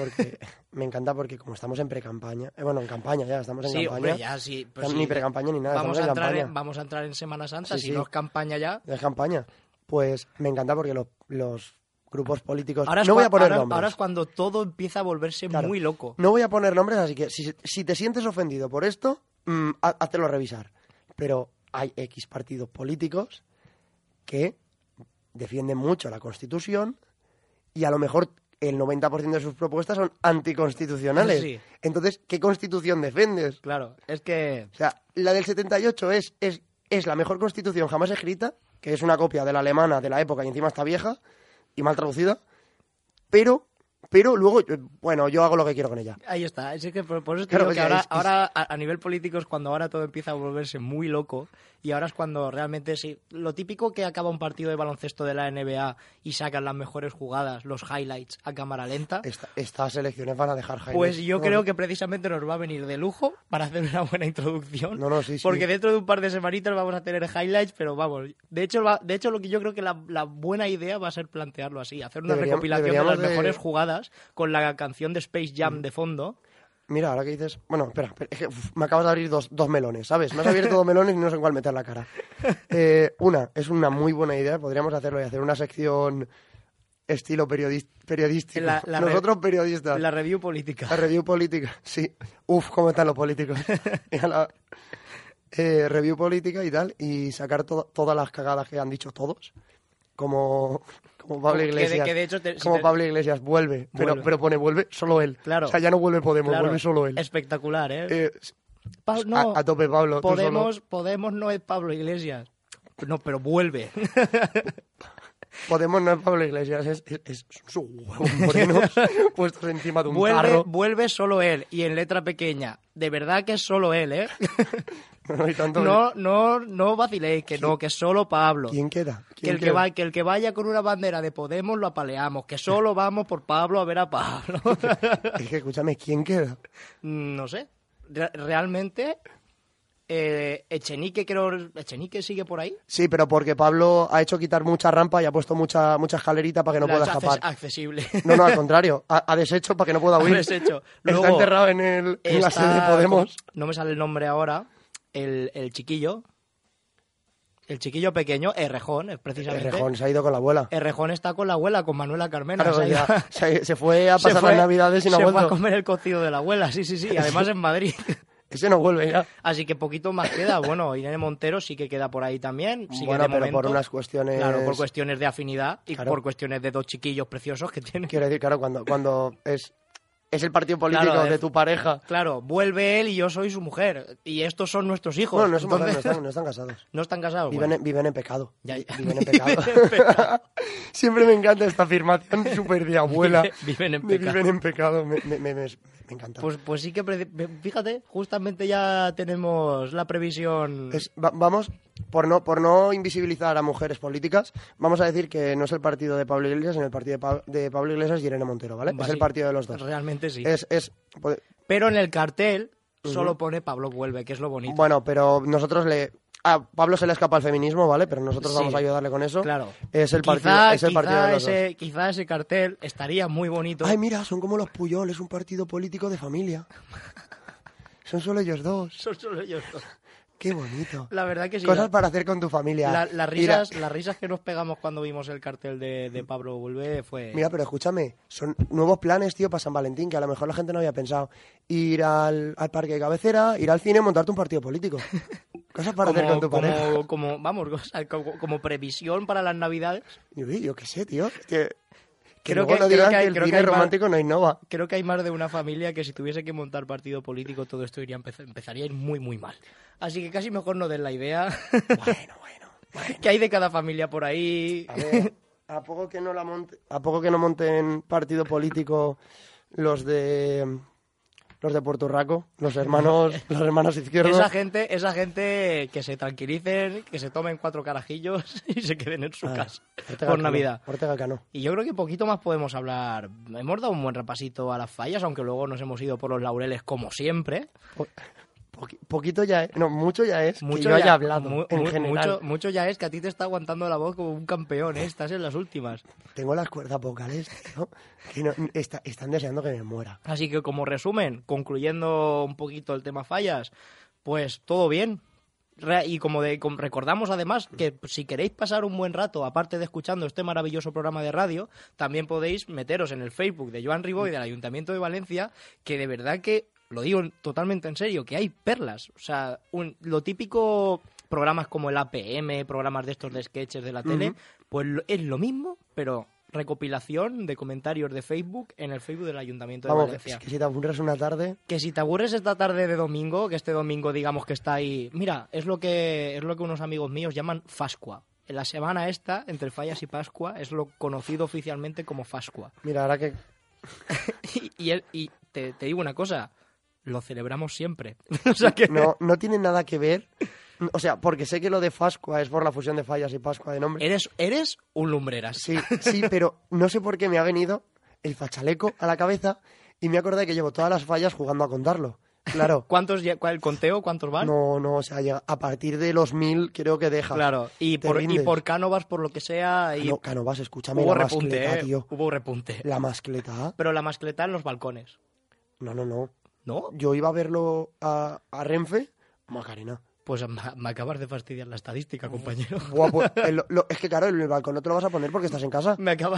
encanta porque como estamos en pre-campaña... bueno, en campaña ya, estamos en Sí, campaña. hombre, ya sí. Pero Ni sí, pre-campaña ni nada, vamos estamos a, en entrar campaña. vamos a entrar en Semana Santa, Sí, si sí. no es campaña ya. De campaña. Pues me encanta porque los grupos políticos... Ahora es, no voy a cua- poner ahora- nombres. ahora es cuando todo empieza a volverse Claro. muy loco. No voy a poner nombres, así que si te sientes ofendido por esto, háztelo revisar. Pero hay X partidos políticos que defienden mucho la Constitución y a lo mejor el 90% de sus propuestas son anticonstitucionales. Sí. Entonces, ¿qué Constitución defendes? Claro, es que... O sea, la del 78 es la mejor Constitución jamás escrita, que es una copia de la alemana de la época y encima está vieja y mal traducida, pero luego, bueno, yo hago lo que quiero con ella. Ahí está, es que por eso te Claro, digo que o sea, ahora a nivel político es cuando ahora todo empieza a volverse muy loco y ahora es cuando realmente sí, lo típico que acaba un partido de baloncesto de la NBA y sacan las mejores jugadas, los highlights a cámara lenta, Estas elecciones van a dejar highlights. pues yo No, creo que precisamente nos va a venir de lujo para hacer una buena introducción, No, sí. porque dentro de un par de semanitas vamos a tener highlights, pero vamos, de hecho lo que yo creo que la buena idea va a ser plantearlo así, hacer una recopilación de las deberíamos de- mejores jugadas con la canción de Space Jam de fondo. Mira, ahora que dices... Bueno, espera, es que me acabas de abrir dos melones, ¿sabes? Me has abierto dos melones y no sé en cuál meter la cara. Es una muy buena idea, podríamos hacerlo y hacer una sección estilo periodístico. Nosotros periodistas. La review política. La review política, sí. Uf, cómo están los políticos. Review política y tal, y sacar todas las cagadas que han dicho todos, como Pablo Iglesias. Que de hecho Pablo Iglesias vuelve, Vuelve. pero pone vuelve solo él. Claro. O sea, ya no vuelve Podemos, Claro, vuelve solo él. espectacular, ¿eh? No, a tope, Pablo. tú solo. Podemos no es Pablo Iglesias. No, pero vuelve. Podemos no es Pablo Iglesias, es su huevo moreno puestos encima de un tarro. Vuelve solo él y en letra pequeña. De verdad que es solo él, ¿eh? No hay tanto. No vaciléis, que no, que es solo Pablo. ¿Quién queda? Que el que vaya con una bandera de Podemos lo apaleamos, que solo vamos por Pablo a ver a Pablo. Es que escúchame, ¿quién queda? No sé. Realmente, Echenique sigue por ahí. Sí, pero porque Pablo ha hecho quitar mucha rampa y ha puesto mucha escalerita para que no La pueda hace escapar. accesible. No, al contrario. Ha deshecho para que no pueda huir. Ha deshecho. Está Luego enterrado en la sede de Podemos. No me sale el nombre ahora. El chiquillo. El chiquillo pequeño, Errejón, precisamente. Errejón se ha ido con la abuela. Errejón está con la abuela, con Manuela Carmena. Claro, Se ha ido- ya, se fue a pasar las navidades y no ha Se fue a vuelto. comer el cocido de la abuela, sí. Y además en Madrid. Ese no vuelve ya. Así que poquito más queda. Bueno, Irene Montero sí que queda por ahí también. Sigue Bueno, de pero momento. por unas cuestiones... Claro, por cuestiones de afinidad y Claro. por cuestiones de dos chiquillos preciosos que tienen. Quiero decir, claro, cuando es el partido político Claro, de tu pareja. Claro, vuelve él y yo soy su mujer. Y estos son nuestros hijos. Bueno, no, son mujeres, Entonces- no están casados. no están casados. Bueno. Viven en pecado. Ya. Viven en pecado. Siempre me encanta esta afirmación súper de abuela. Viven en De pecado. Viven en pecado. Me encanta. Pues sí que, fíjate, justamente ya tenemos la previsión. Vamos, por no invisibilizar a mujeres políticas, vamos a decir que no es el partido de Pablo Iglesias, sino el partido de Pablo Iglesias y Irene Montero, ¿vale? Es el partido de los dos. Realmente sí. Pues, pero en el cartel solo pone Pablo vuelve, que es lo bonito. Bueno, pero nosotros a Pablo se le escapa el feminismo, ¿vale? Pero nosotros vamos a ayudarle con eso. Claro. Es el partido de los dos. Quizá ese cartel estaría muy bonito. Ay, mira, son como los Puyol, es un partido político de familia. Son solo ellos dos. Son solo ellos dos. Qué bonito. La verdad que sí. Cosas para hacer con tu familia. Las risas que nos pegamos cuando vimos el cartel de Pablo Vuelve fue... Mira, pero escúchame, son nuevos planes, tío, para San Valentín, que a lo mejor la gente no había pensado. Ir al parque de cabecera, ir al cine, montarte un partido político. Cosas para hacer con tu pareja. Como previsión para las Navidades. Yo qué sé, tío. Que creo luego no digan que el cine romántico no innova. Creo que hay más de una familia que si tuviese que montar partido político todo esto empezaría a ir muy, muy mal. Así que casi mejor no den la idea. Bueno. ¿Qué hay de cada familia por ahí? A ver, ¿a poco que no monten partido político los de Puerto Rico, los hermanos izquierdos? Esa gente que se tranquilicen, que se tomen 4 carajillos y se queden en su casa por Navidad. Ortega Cano. Y yo creo que poquito más podemos hablar. Hemos dado un buen repasito a las fallas, aunque luego nos hemos ido por los laureles como siempre. Poquito ya es, no, mucho ya es mucho que yo ya, haya hablado en general. Mucho ya es que a ti te está aguantando la voz como un campeón, ¿eh? Estás en las últimas. Tengo las cuerdas vocales, tío, que están deseando que me muera. Así que como resumen, concluyendo un poquito el tema fallas, pues todo bien. Y como recordamos además que si queréis pasar un buen rato, aparte de escuchando este maravilloso programa de radio, también podéis meteros en el Facebook de Joan Ribó y del Ayuntamiento de Valencia, que de verdad que, lo digo totalmente en serio, que hay perlas. O sea, lo típico, programas como el APM, programas de estos de sketches de la tele, pues es lo mismo, pero recopilación de comentarios de Facebook en el Facebook del Ayuntamiento de Valencia. Es que si te aburres una tarde... Que si te aburres esta tarde de domingo, que este domingo digamos que está ahí... Mira, es lo que unos amigos míos llaman Fascua. En la semana esta, entre Fallas y Pascua, es lo conocido oficialmente como Fascua. Mira, ahora que... y te digo una cosa, lo celebramos siempre. O sea que... No tiene nada que ver... O sea, porque sé que lo de Fascua es por la fusión de Fallas y Pascua de nombre. Eres un lumbreras. Sí, pero no sé por qué me ha venido el fachaleco a la cabeza y me acordé que llevo todas las fallas jugando a contarlo. Claro. ¿El conteo? ¿Cuántos van? No, o sea, a partir de los 1000 creo que deja. Claro, y por Cánovas, por lo que sea... No, Cánovas, escúchame, hubo la repunte, mascleta, tío. Hubo repunte. La mascleta. Pero la mascleta en los balcones. No. ¿No? Yo iba a verlo a Renfe, Macarena. Pues me acabas de fastidiar la estadística, compañero. Buah, pues, es que claro, el balcón no te lo vas a poner porque estás en casa. Me acaba...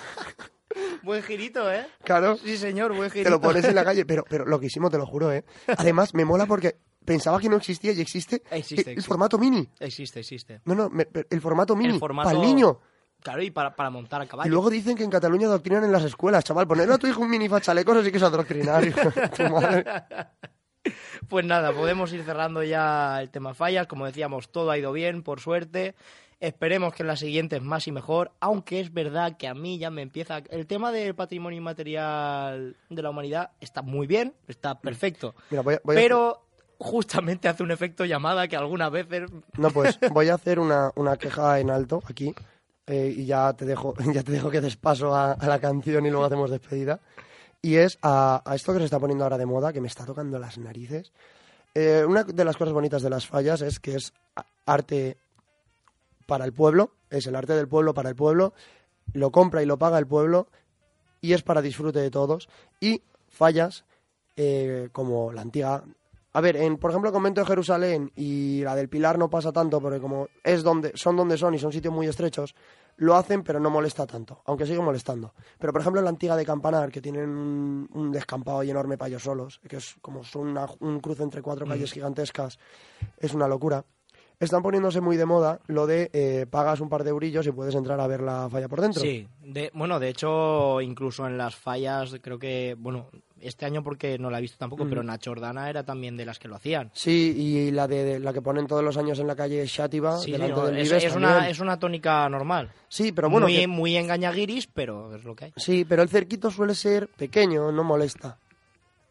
Buen girito, ¿eh? Claro. Sí, señor, buen girito. Te lo pones en la calle, pero loquísimo, te lo juro, ¿eh? Además, me mola porque pensaba que no existía y existe. Existe. El formato mini. Existe. No, el formato mini. El formato... Para el niño. Claro, y para montar a caballo. Y luego dicen que en Cataluña adoctrinan en las escuelas, chaval. Ponerle a tu hijo un mini fachalecos así que es adoctrinar, hijo. Tu madre. Pues nada, podemos ir cerrando ya el tema fallas. Como decíamos, todo ha ido bien, por suerte. Esperemos que en las siguientes más y mejor, aunque es verdad que a mí ya me empieza... El tema del patrimonio inmaterial de la humanidad está muy bien, está perfecto. Mira, pero justamente hace un efecto llamada que algunas veces... No, pues voy a hacer una queja en alto aquí y ya te dejo que des paso a la canción y luego hacemos despedida. Y es a esto que se está poniendo ahora de moda, que me está tocando las narices. Una de las cosas bonitas de las fallas es que es arte para el pueblo, es el arte del pueblo para el pueblo, lo compra y lo paga el pueblo y es para disfrute de todos. Y fallas como la antigua... A ver, por ejemplo, el convento de Jerusalén y la del Pilar no pasa tanto porque como donde son y son sitios muy estrechos, lo hacen pero no molesta tanto, aunque sigue molestando. Pero por ejemplo en la antigua de Campanar, que tienen un descampado ahí enorme para ellos solos, que es como un cruce entre 4 calles gigantescas, es una locura. Están poniéndose muy de moda lo de pagas un par de eurillos y puedes entrar a ver la falla por dentro. Sí, de hecho, incluso en las fallas, creo que, este año porque no la he visto tampoco, pero Nacho Ordana era también de las que lo hacían. Sí, y la que ponen todos los años en la calle Xàtiva, sí, delante del Vives es una tónica normal. Sí, pero bueno... Muy engañaguiris, pero es lo que hay. Sí, pero el cerquito suele ser pequeño, no molesta.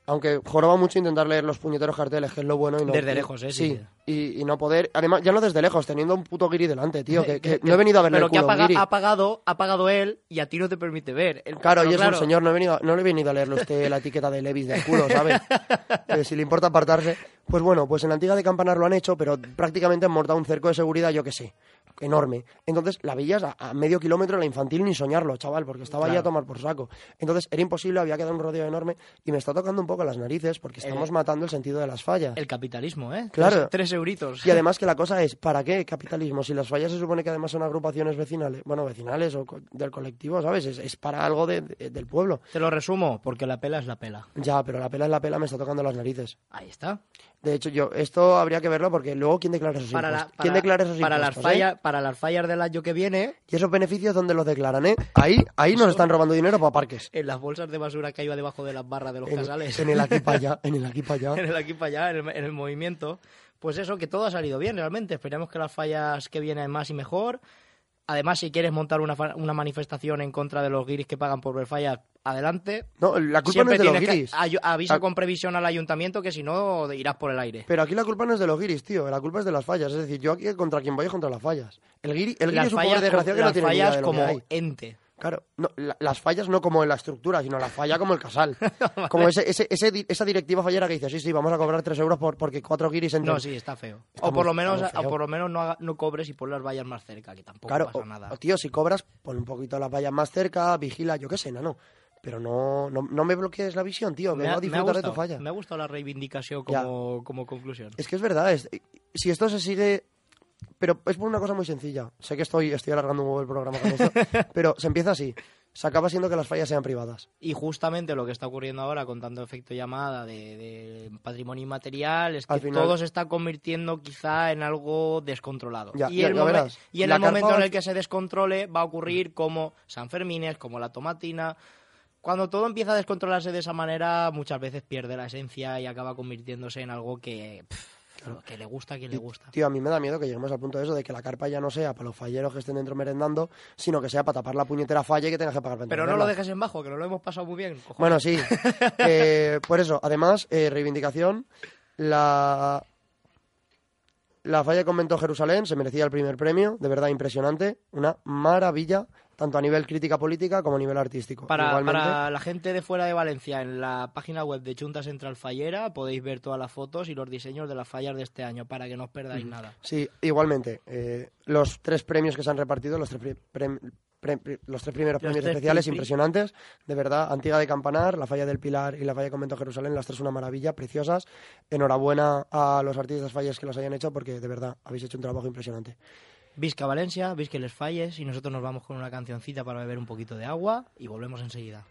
Aunque joroba mucho intentar leer los puñeteros carteles, que es lo bueno. Y no, desde lejos, Sí, y no poder... Además, ya no desde lejos, teniendo un puto guiri delante, tío, que no he venido a verle el culo, pero que guiri. ha pagado él y a ti no te permite ver. Claro, y es un señor, no le he venido a leerle usted la etiqueta de Levi's del culo, ¿sabes? Si le importa apartarse. Pues bueno, pues en la antigua de Campanar lo han hecho, pero prácticamente han montado un cerco de seguridad, yo qué sé, enorme. Entonces la veías a medio kilómetro, la infantil ni soñarlo, chaval, porque estaba ahí a tomar por saco. Entonces era imposible, había quedado un rodeo enorme y me está tocando un poco las narices porque estamos matando el sentido de las fallas. El capitalismo, ¿eh? Claro. 3 euritos. Y además que la cosa es, ¿para qué capitalismo? Si las fallas se supone que además son agrupaciones vecinales, o del colectivo, ¿sabes? Es para algo del pueblo. Te lo resumo, porque la pela es la pela. Ya, pero la pela es la pela, me está tocando las narices. Ahí está. De hecho, esto habría que verlo porque luego ¿quién declara esos impuestos? ¿Quién declara esos impuestos? Para las fallas del año que viene... ¿Y esos beneficios dónde los declaran, eh? Ahí nos están robando dinero para parques. En las bolsas de basura que iba debajo de las barras de los casales. En el aquí para allá, en el aquí para allá. En el aquí para allá, en el movimiento. Pues eso, que todo ha salido bien realmente. Esperemos que las fallas que vienen más y mejor. Además, si quieres montar una manifestación en contra de los guiris que pagan por ver fallas, adelante. No, la culpa Siempre no es de los tienes guiris. Avisa con previsión al ayuntamiento que si no irás por el aire. Pero aquí la culpa no es de los guiris, tío. La culpa es de las fallas. Es decir, yo aquí contra quien voy es contra las fallas. El guiri es un pobre desgraciado que no tiene ni idea de lo que hay. Las fallas como ente. Claro, no, las fallas no como en la estructura, sino la falla como el casal. Vale. Como esa directiva fallera que dice, sí, vamos a cobrar 3 euros porque 4 guiris entran. No, sí, está feo. O por lo menos no cobres y pon las vallas más cerca, que tampoco pasa nada. Tío, si cobras, pon un poquito las vallas más cerca, vigila, yo qué sé, no. Pero no me bloquees la visión, tío. Vengo a disfrutar de tu falla. Me ha gustado la reivindicación como conclusión. Es que es verdad. Si esto se sigue... Pero es por una cosa muy sencilla. Sé que estoy alargando un poco el programa con esto, pero se empieza así. Se acaba siendo que las fallas sean privadas. Y justamente lo que está ocurriendo ahora con tanto efecto llamada de patrimonio inmaterial es que todo se está convirtiendo quizá en algo descontrolado. Y en el momento en el que se descontrole va a ocurrir como San Fermines, como la tomatina. Cuando todo empieza a descontrolarse de esa manera, muchas veces pierde la esencia y acaba convirtiéndose en algo que... Claro, que le gusta a quien le gusta. Tío, a mí me da miedo que lleguemos al punto de eso, de que la carpa ya no sea para los falleros que estén dentro merendando, sino que sea para tapar la puñetera falla y que tengas que pagar para Pero no lo dejes en bajo, que nos lo hemos pasado muy bien. Cojones. Bueno, sí. Por eso, además, reivindicación, la falla de Convento de Jerusalén se merecía el primer premio, de verdad impresionante, una maravilla, tanto a nivel crítica política como a nivel artístico. Para la gente de fuera de Valencia, en la página web de Junta Central Fallera podéis ver todas las fotos y los diseños de las fallas de este año, para que no os perdáis nada. Sí, igualmente. Los 3 premios que se han repartido, los 3 primeros premios especiales, impresionantes. De verdad, Antigua de Campanar, la falla del Pilar y la falla de Convento de Jerusalén, las 3 una maravilla, preciosas. Enhorabuena a los artistas falles que las hayan hecho, porque de verdad habéis hecho un trabajo impresionante. Visca Valencia, visca les falles, y nosotros nos vamos con una cancioncita para beber un poquito de agua y volvemos enseguida.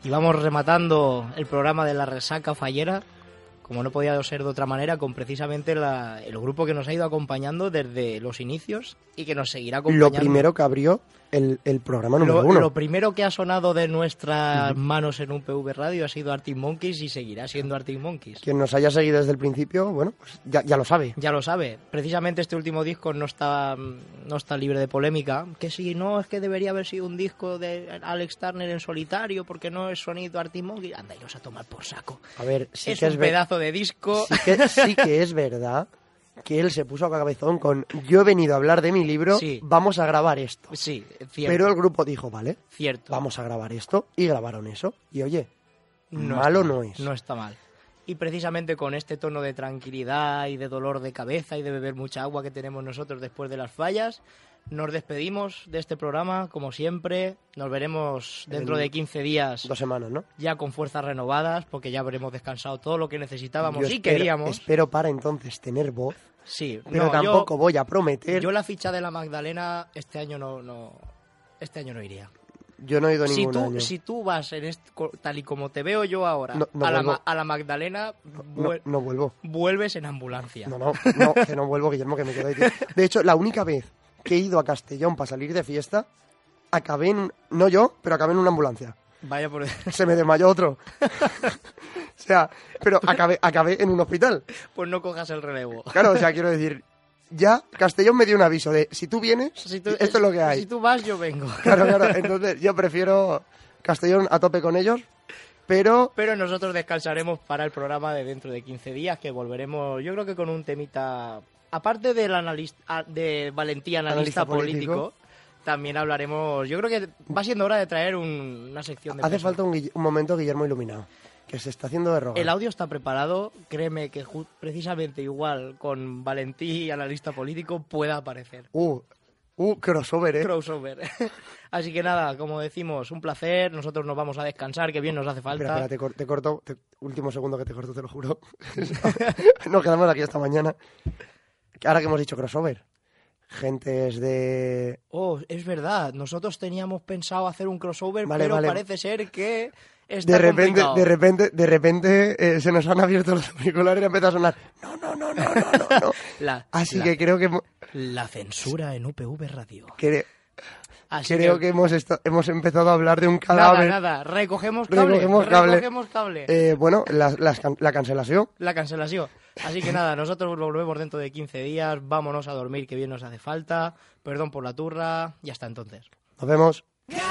Y vamos rematando el programa de la resaca fallera, como no podía ser de otra manera, con precisamente el grupo que nos ha ido acompañando desde los inicios y que nos seguirá acompañando. Lo primero que abrió el programa número 1. Lo primero que ha sonado de nuestras manos en UPV Radio ha sido Arctic Monkeys y seguirá siendo Arctic Monkeys. Quien nos haya seguido desde el principio, bueno, pues ya lo sabe. Ya lo sabe. Precisamente este último disco no está libre de polémica. Que si no, es que debería haber sido un disco de Alex Turner en solitario porque no es sonido Arctic Monkeys. Anda, iros a tomar por saco. A ver, sí es que un pedazo de disco. Sí que es verdad que él se puso a cabezón con yo he venido a hablar de mi libro, sí. Vamos a grabar esto. Sí, cierto. Pero el grupo dijo, vale, cierto. Vamos a grabar esto, y grabaron eso. Y oye, no malo está no mal, es. No está mal. Y precisamente con este tono de tranquilidad y de dolor de cabeza y de beber mucha agua que tenemos nosotros después de las fallas, nos despedimos de este programa, como siempre. Nos veremos dentro de 15 días. 2 semanas, ¿no? Ya con fuerzas renovadas, porque ya habremos descansado todo lo que necesitábamos y espero, queríamos. Espero para entonces tener voz. Sí, pero tampoco voy a prometer. Yo la ficha de la Magdalena este año no iría. Yo no he ido ningún año. Si tú vas tal y como te veo yo ahora a la Magdalena, no vuelvo. Vuelves en ambulancia. No, que no vuelvo, Guillermo, que me quedo ahí, tío. De hecho, la única vez que he ido a Castellón para salir de fiesta, acabé no yo, pero acabé en una ambulancia. Vaya por... Se me desmayó otro. O sea, pero acabé en un hospital. Pues no cojas el relevo. Claro, o sea, quiero decir, ya Castellón me dio un aviso de si tú vienes, esto es lo que hay. Si tú vas, yo vengo. Claro, entonces yo prefiero Castellón a tope con ellos, pero nosotros descansaremos para el programa de dentro de 15 días, que volveremos, yo creo que con un temita, aparte del analista, de Valentía, analista político, también hablaremos, yo creo que va siendo hora de traer una sección de hace peso. falta un momento Guillermo iluminado, que se está haciendo de rogar. El audio está preparado, créeme que precisamente igual con Valentí, analista político, pueda aparecer. Crossover, Crossover. Así que nada, como decimos, un placer, nosotros nos vamos a descansar, que bien nos hace falta. Espera, te corto, último segundo que te corto, te lo juro. Nos quedamos aquí hasta mañana. Ahora que hemos dicho crossover. Gentes de... Oh, es verdad, nosotros teníamos pensado hacer un crossover, vale, pero vale. Parece ser que está complicado. De repente se nos han abierto los auriculares y empieza a sonar no. Así que creo que... La censura en UPV Radio. Creo que hemos empezado a hablar de un cadáver. Nada, recogemos cable. Bueno, la cancelación. La cancelación. Así que nada, nosotros volvemos dentro de 15 días, vámonos a dormir, que bien nos hace falta. Perdón por la turra, y hasta entonces. Nos vemos.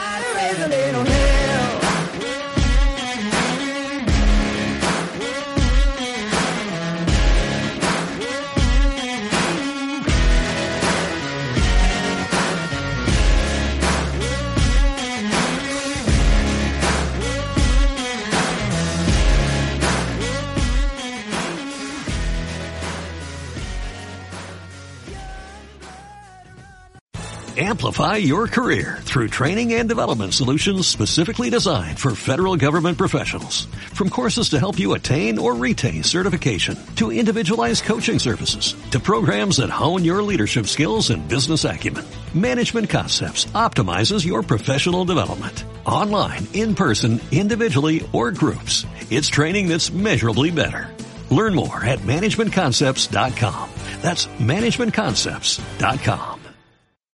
Amplify your career through training and development solutions specifically designed for federal government professionals. From courses to help you attain or retain certification, to individualized coaching services, to programs that hone your leadership skills and business acumen, Management Concepts optimizes your professional development. Online, in person, individually, or groups, it's training that's measurably better. Learn more at managementconcepts.com. That's managementconcepts.com.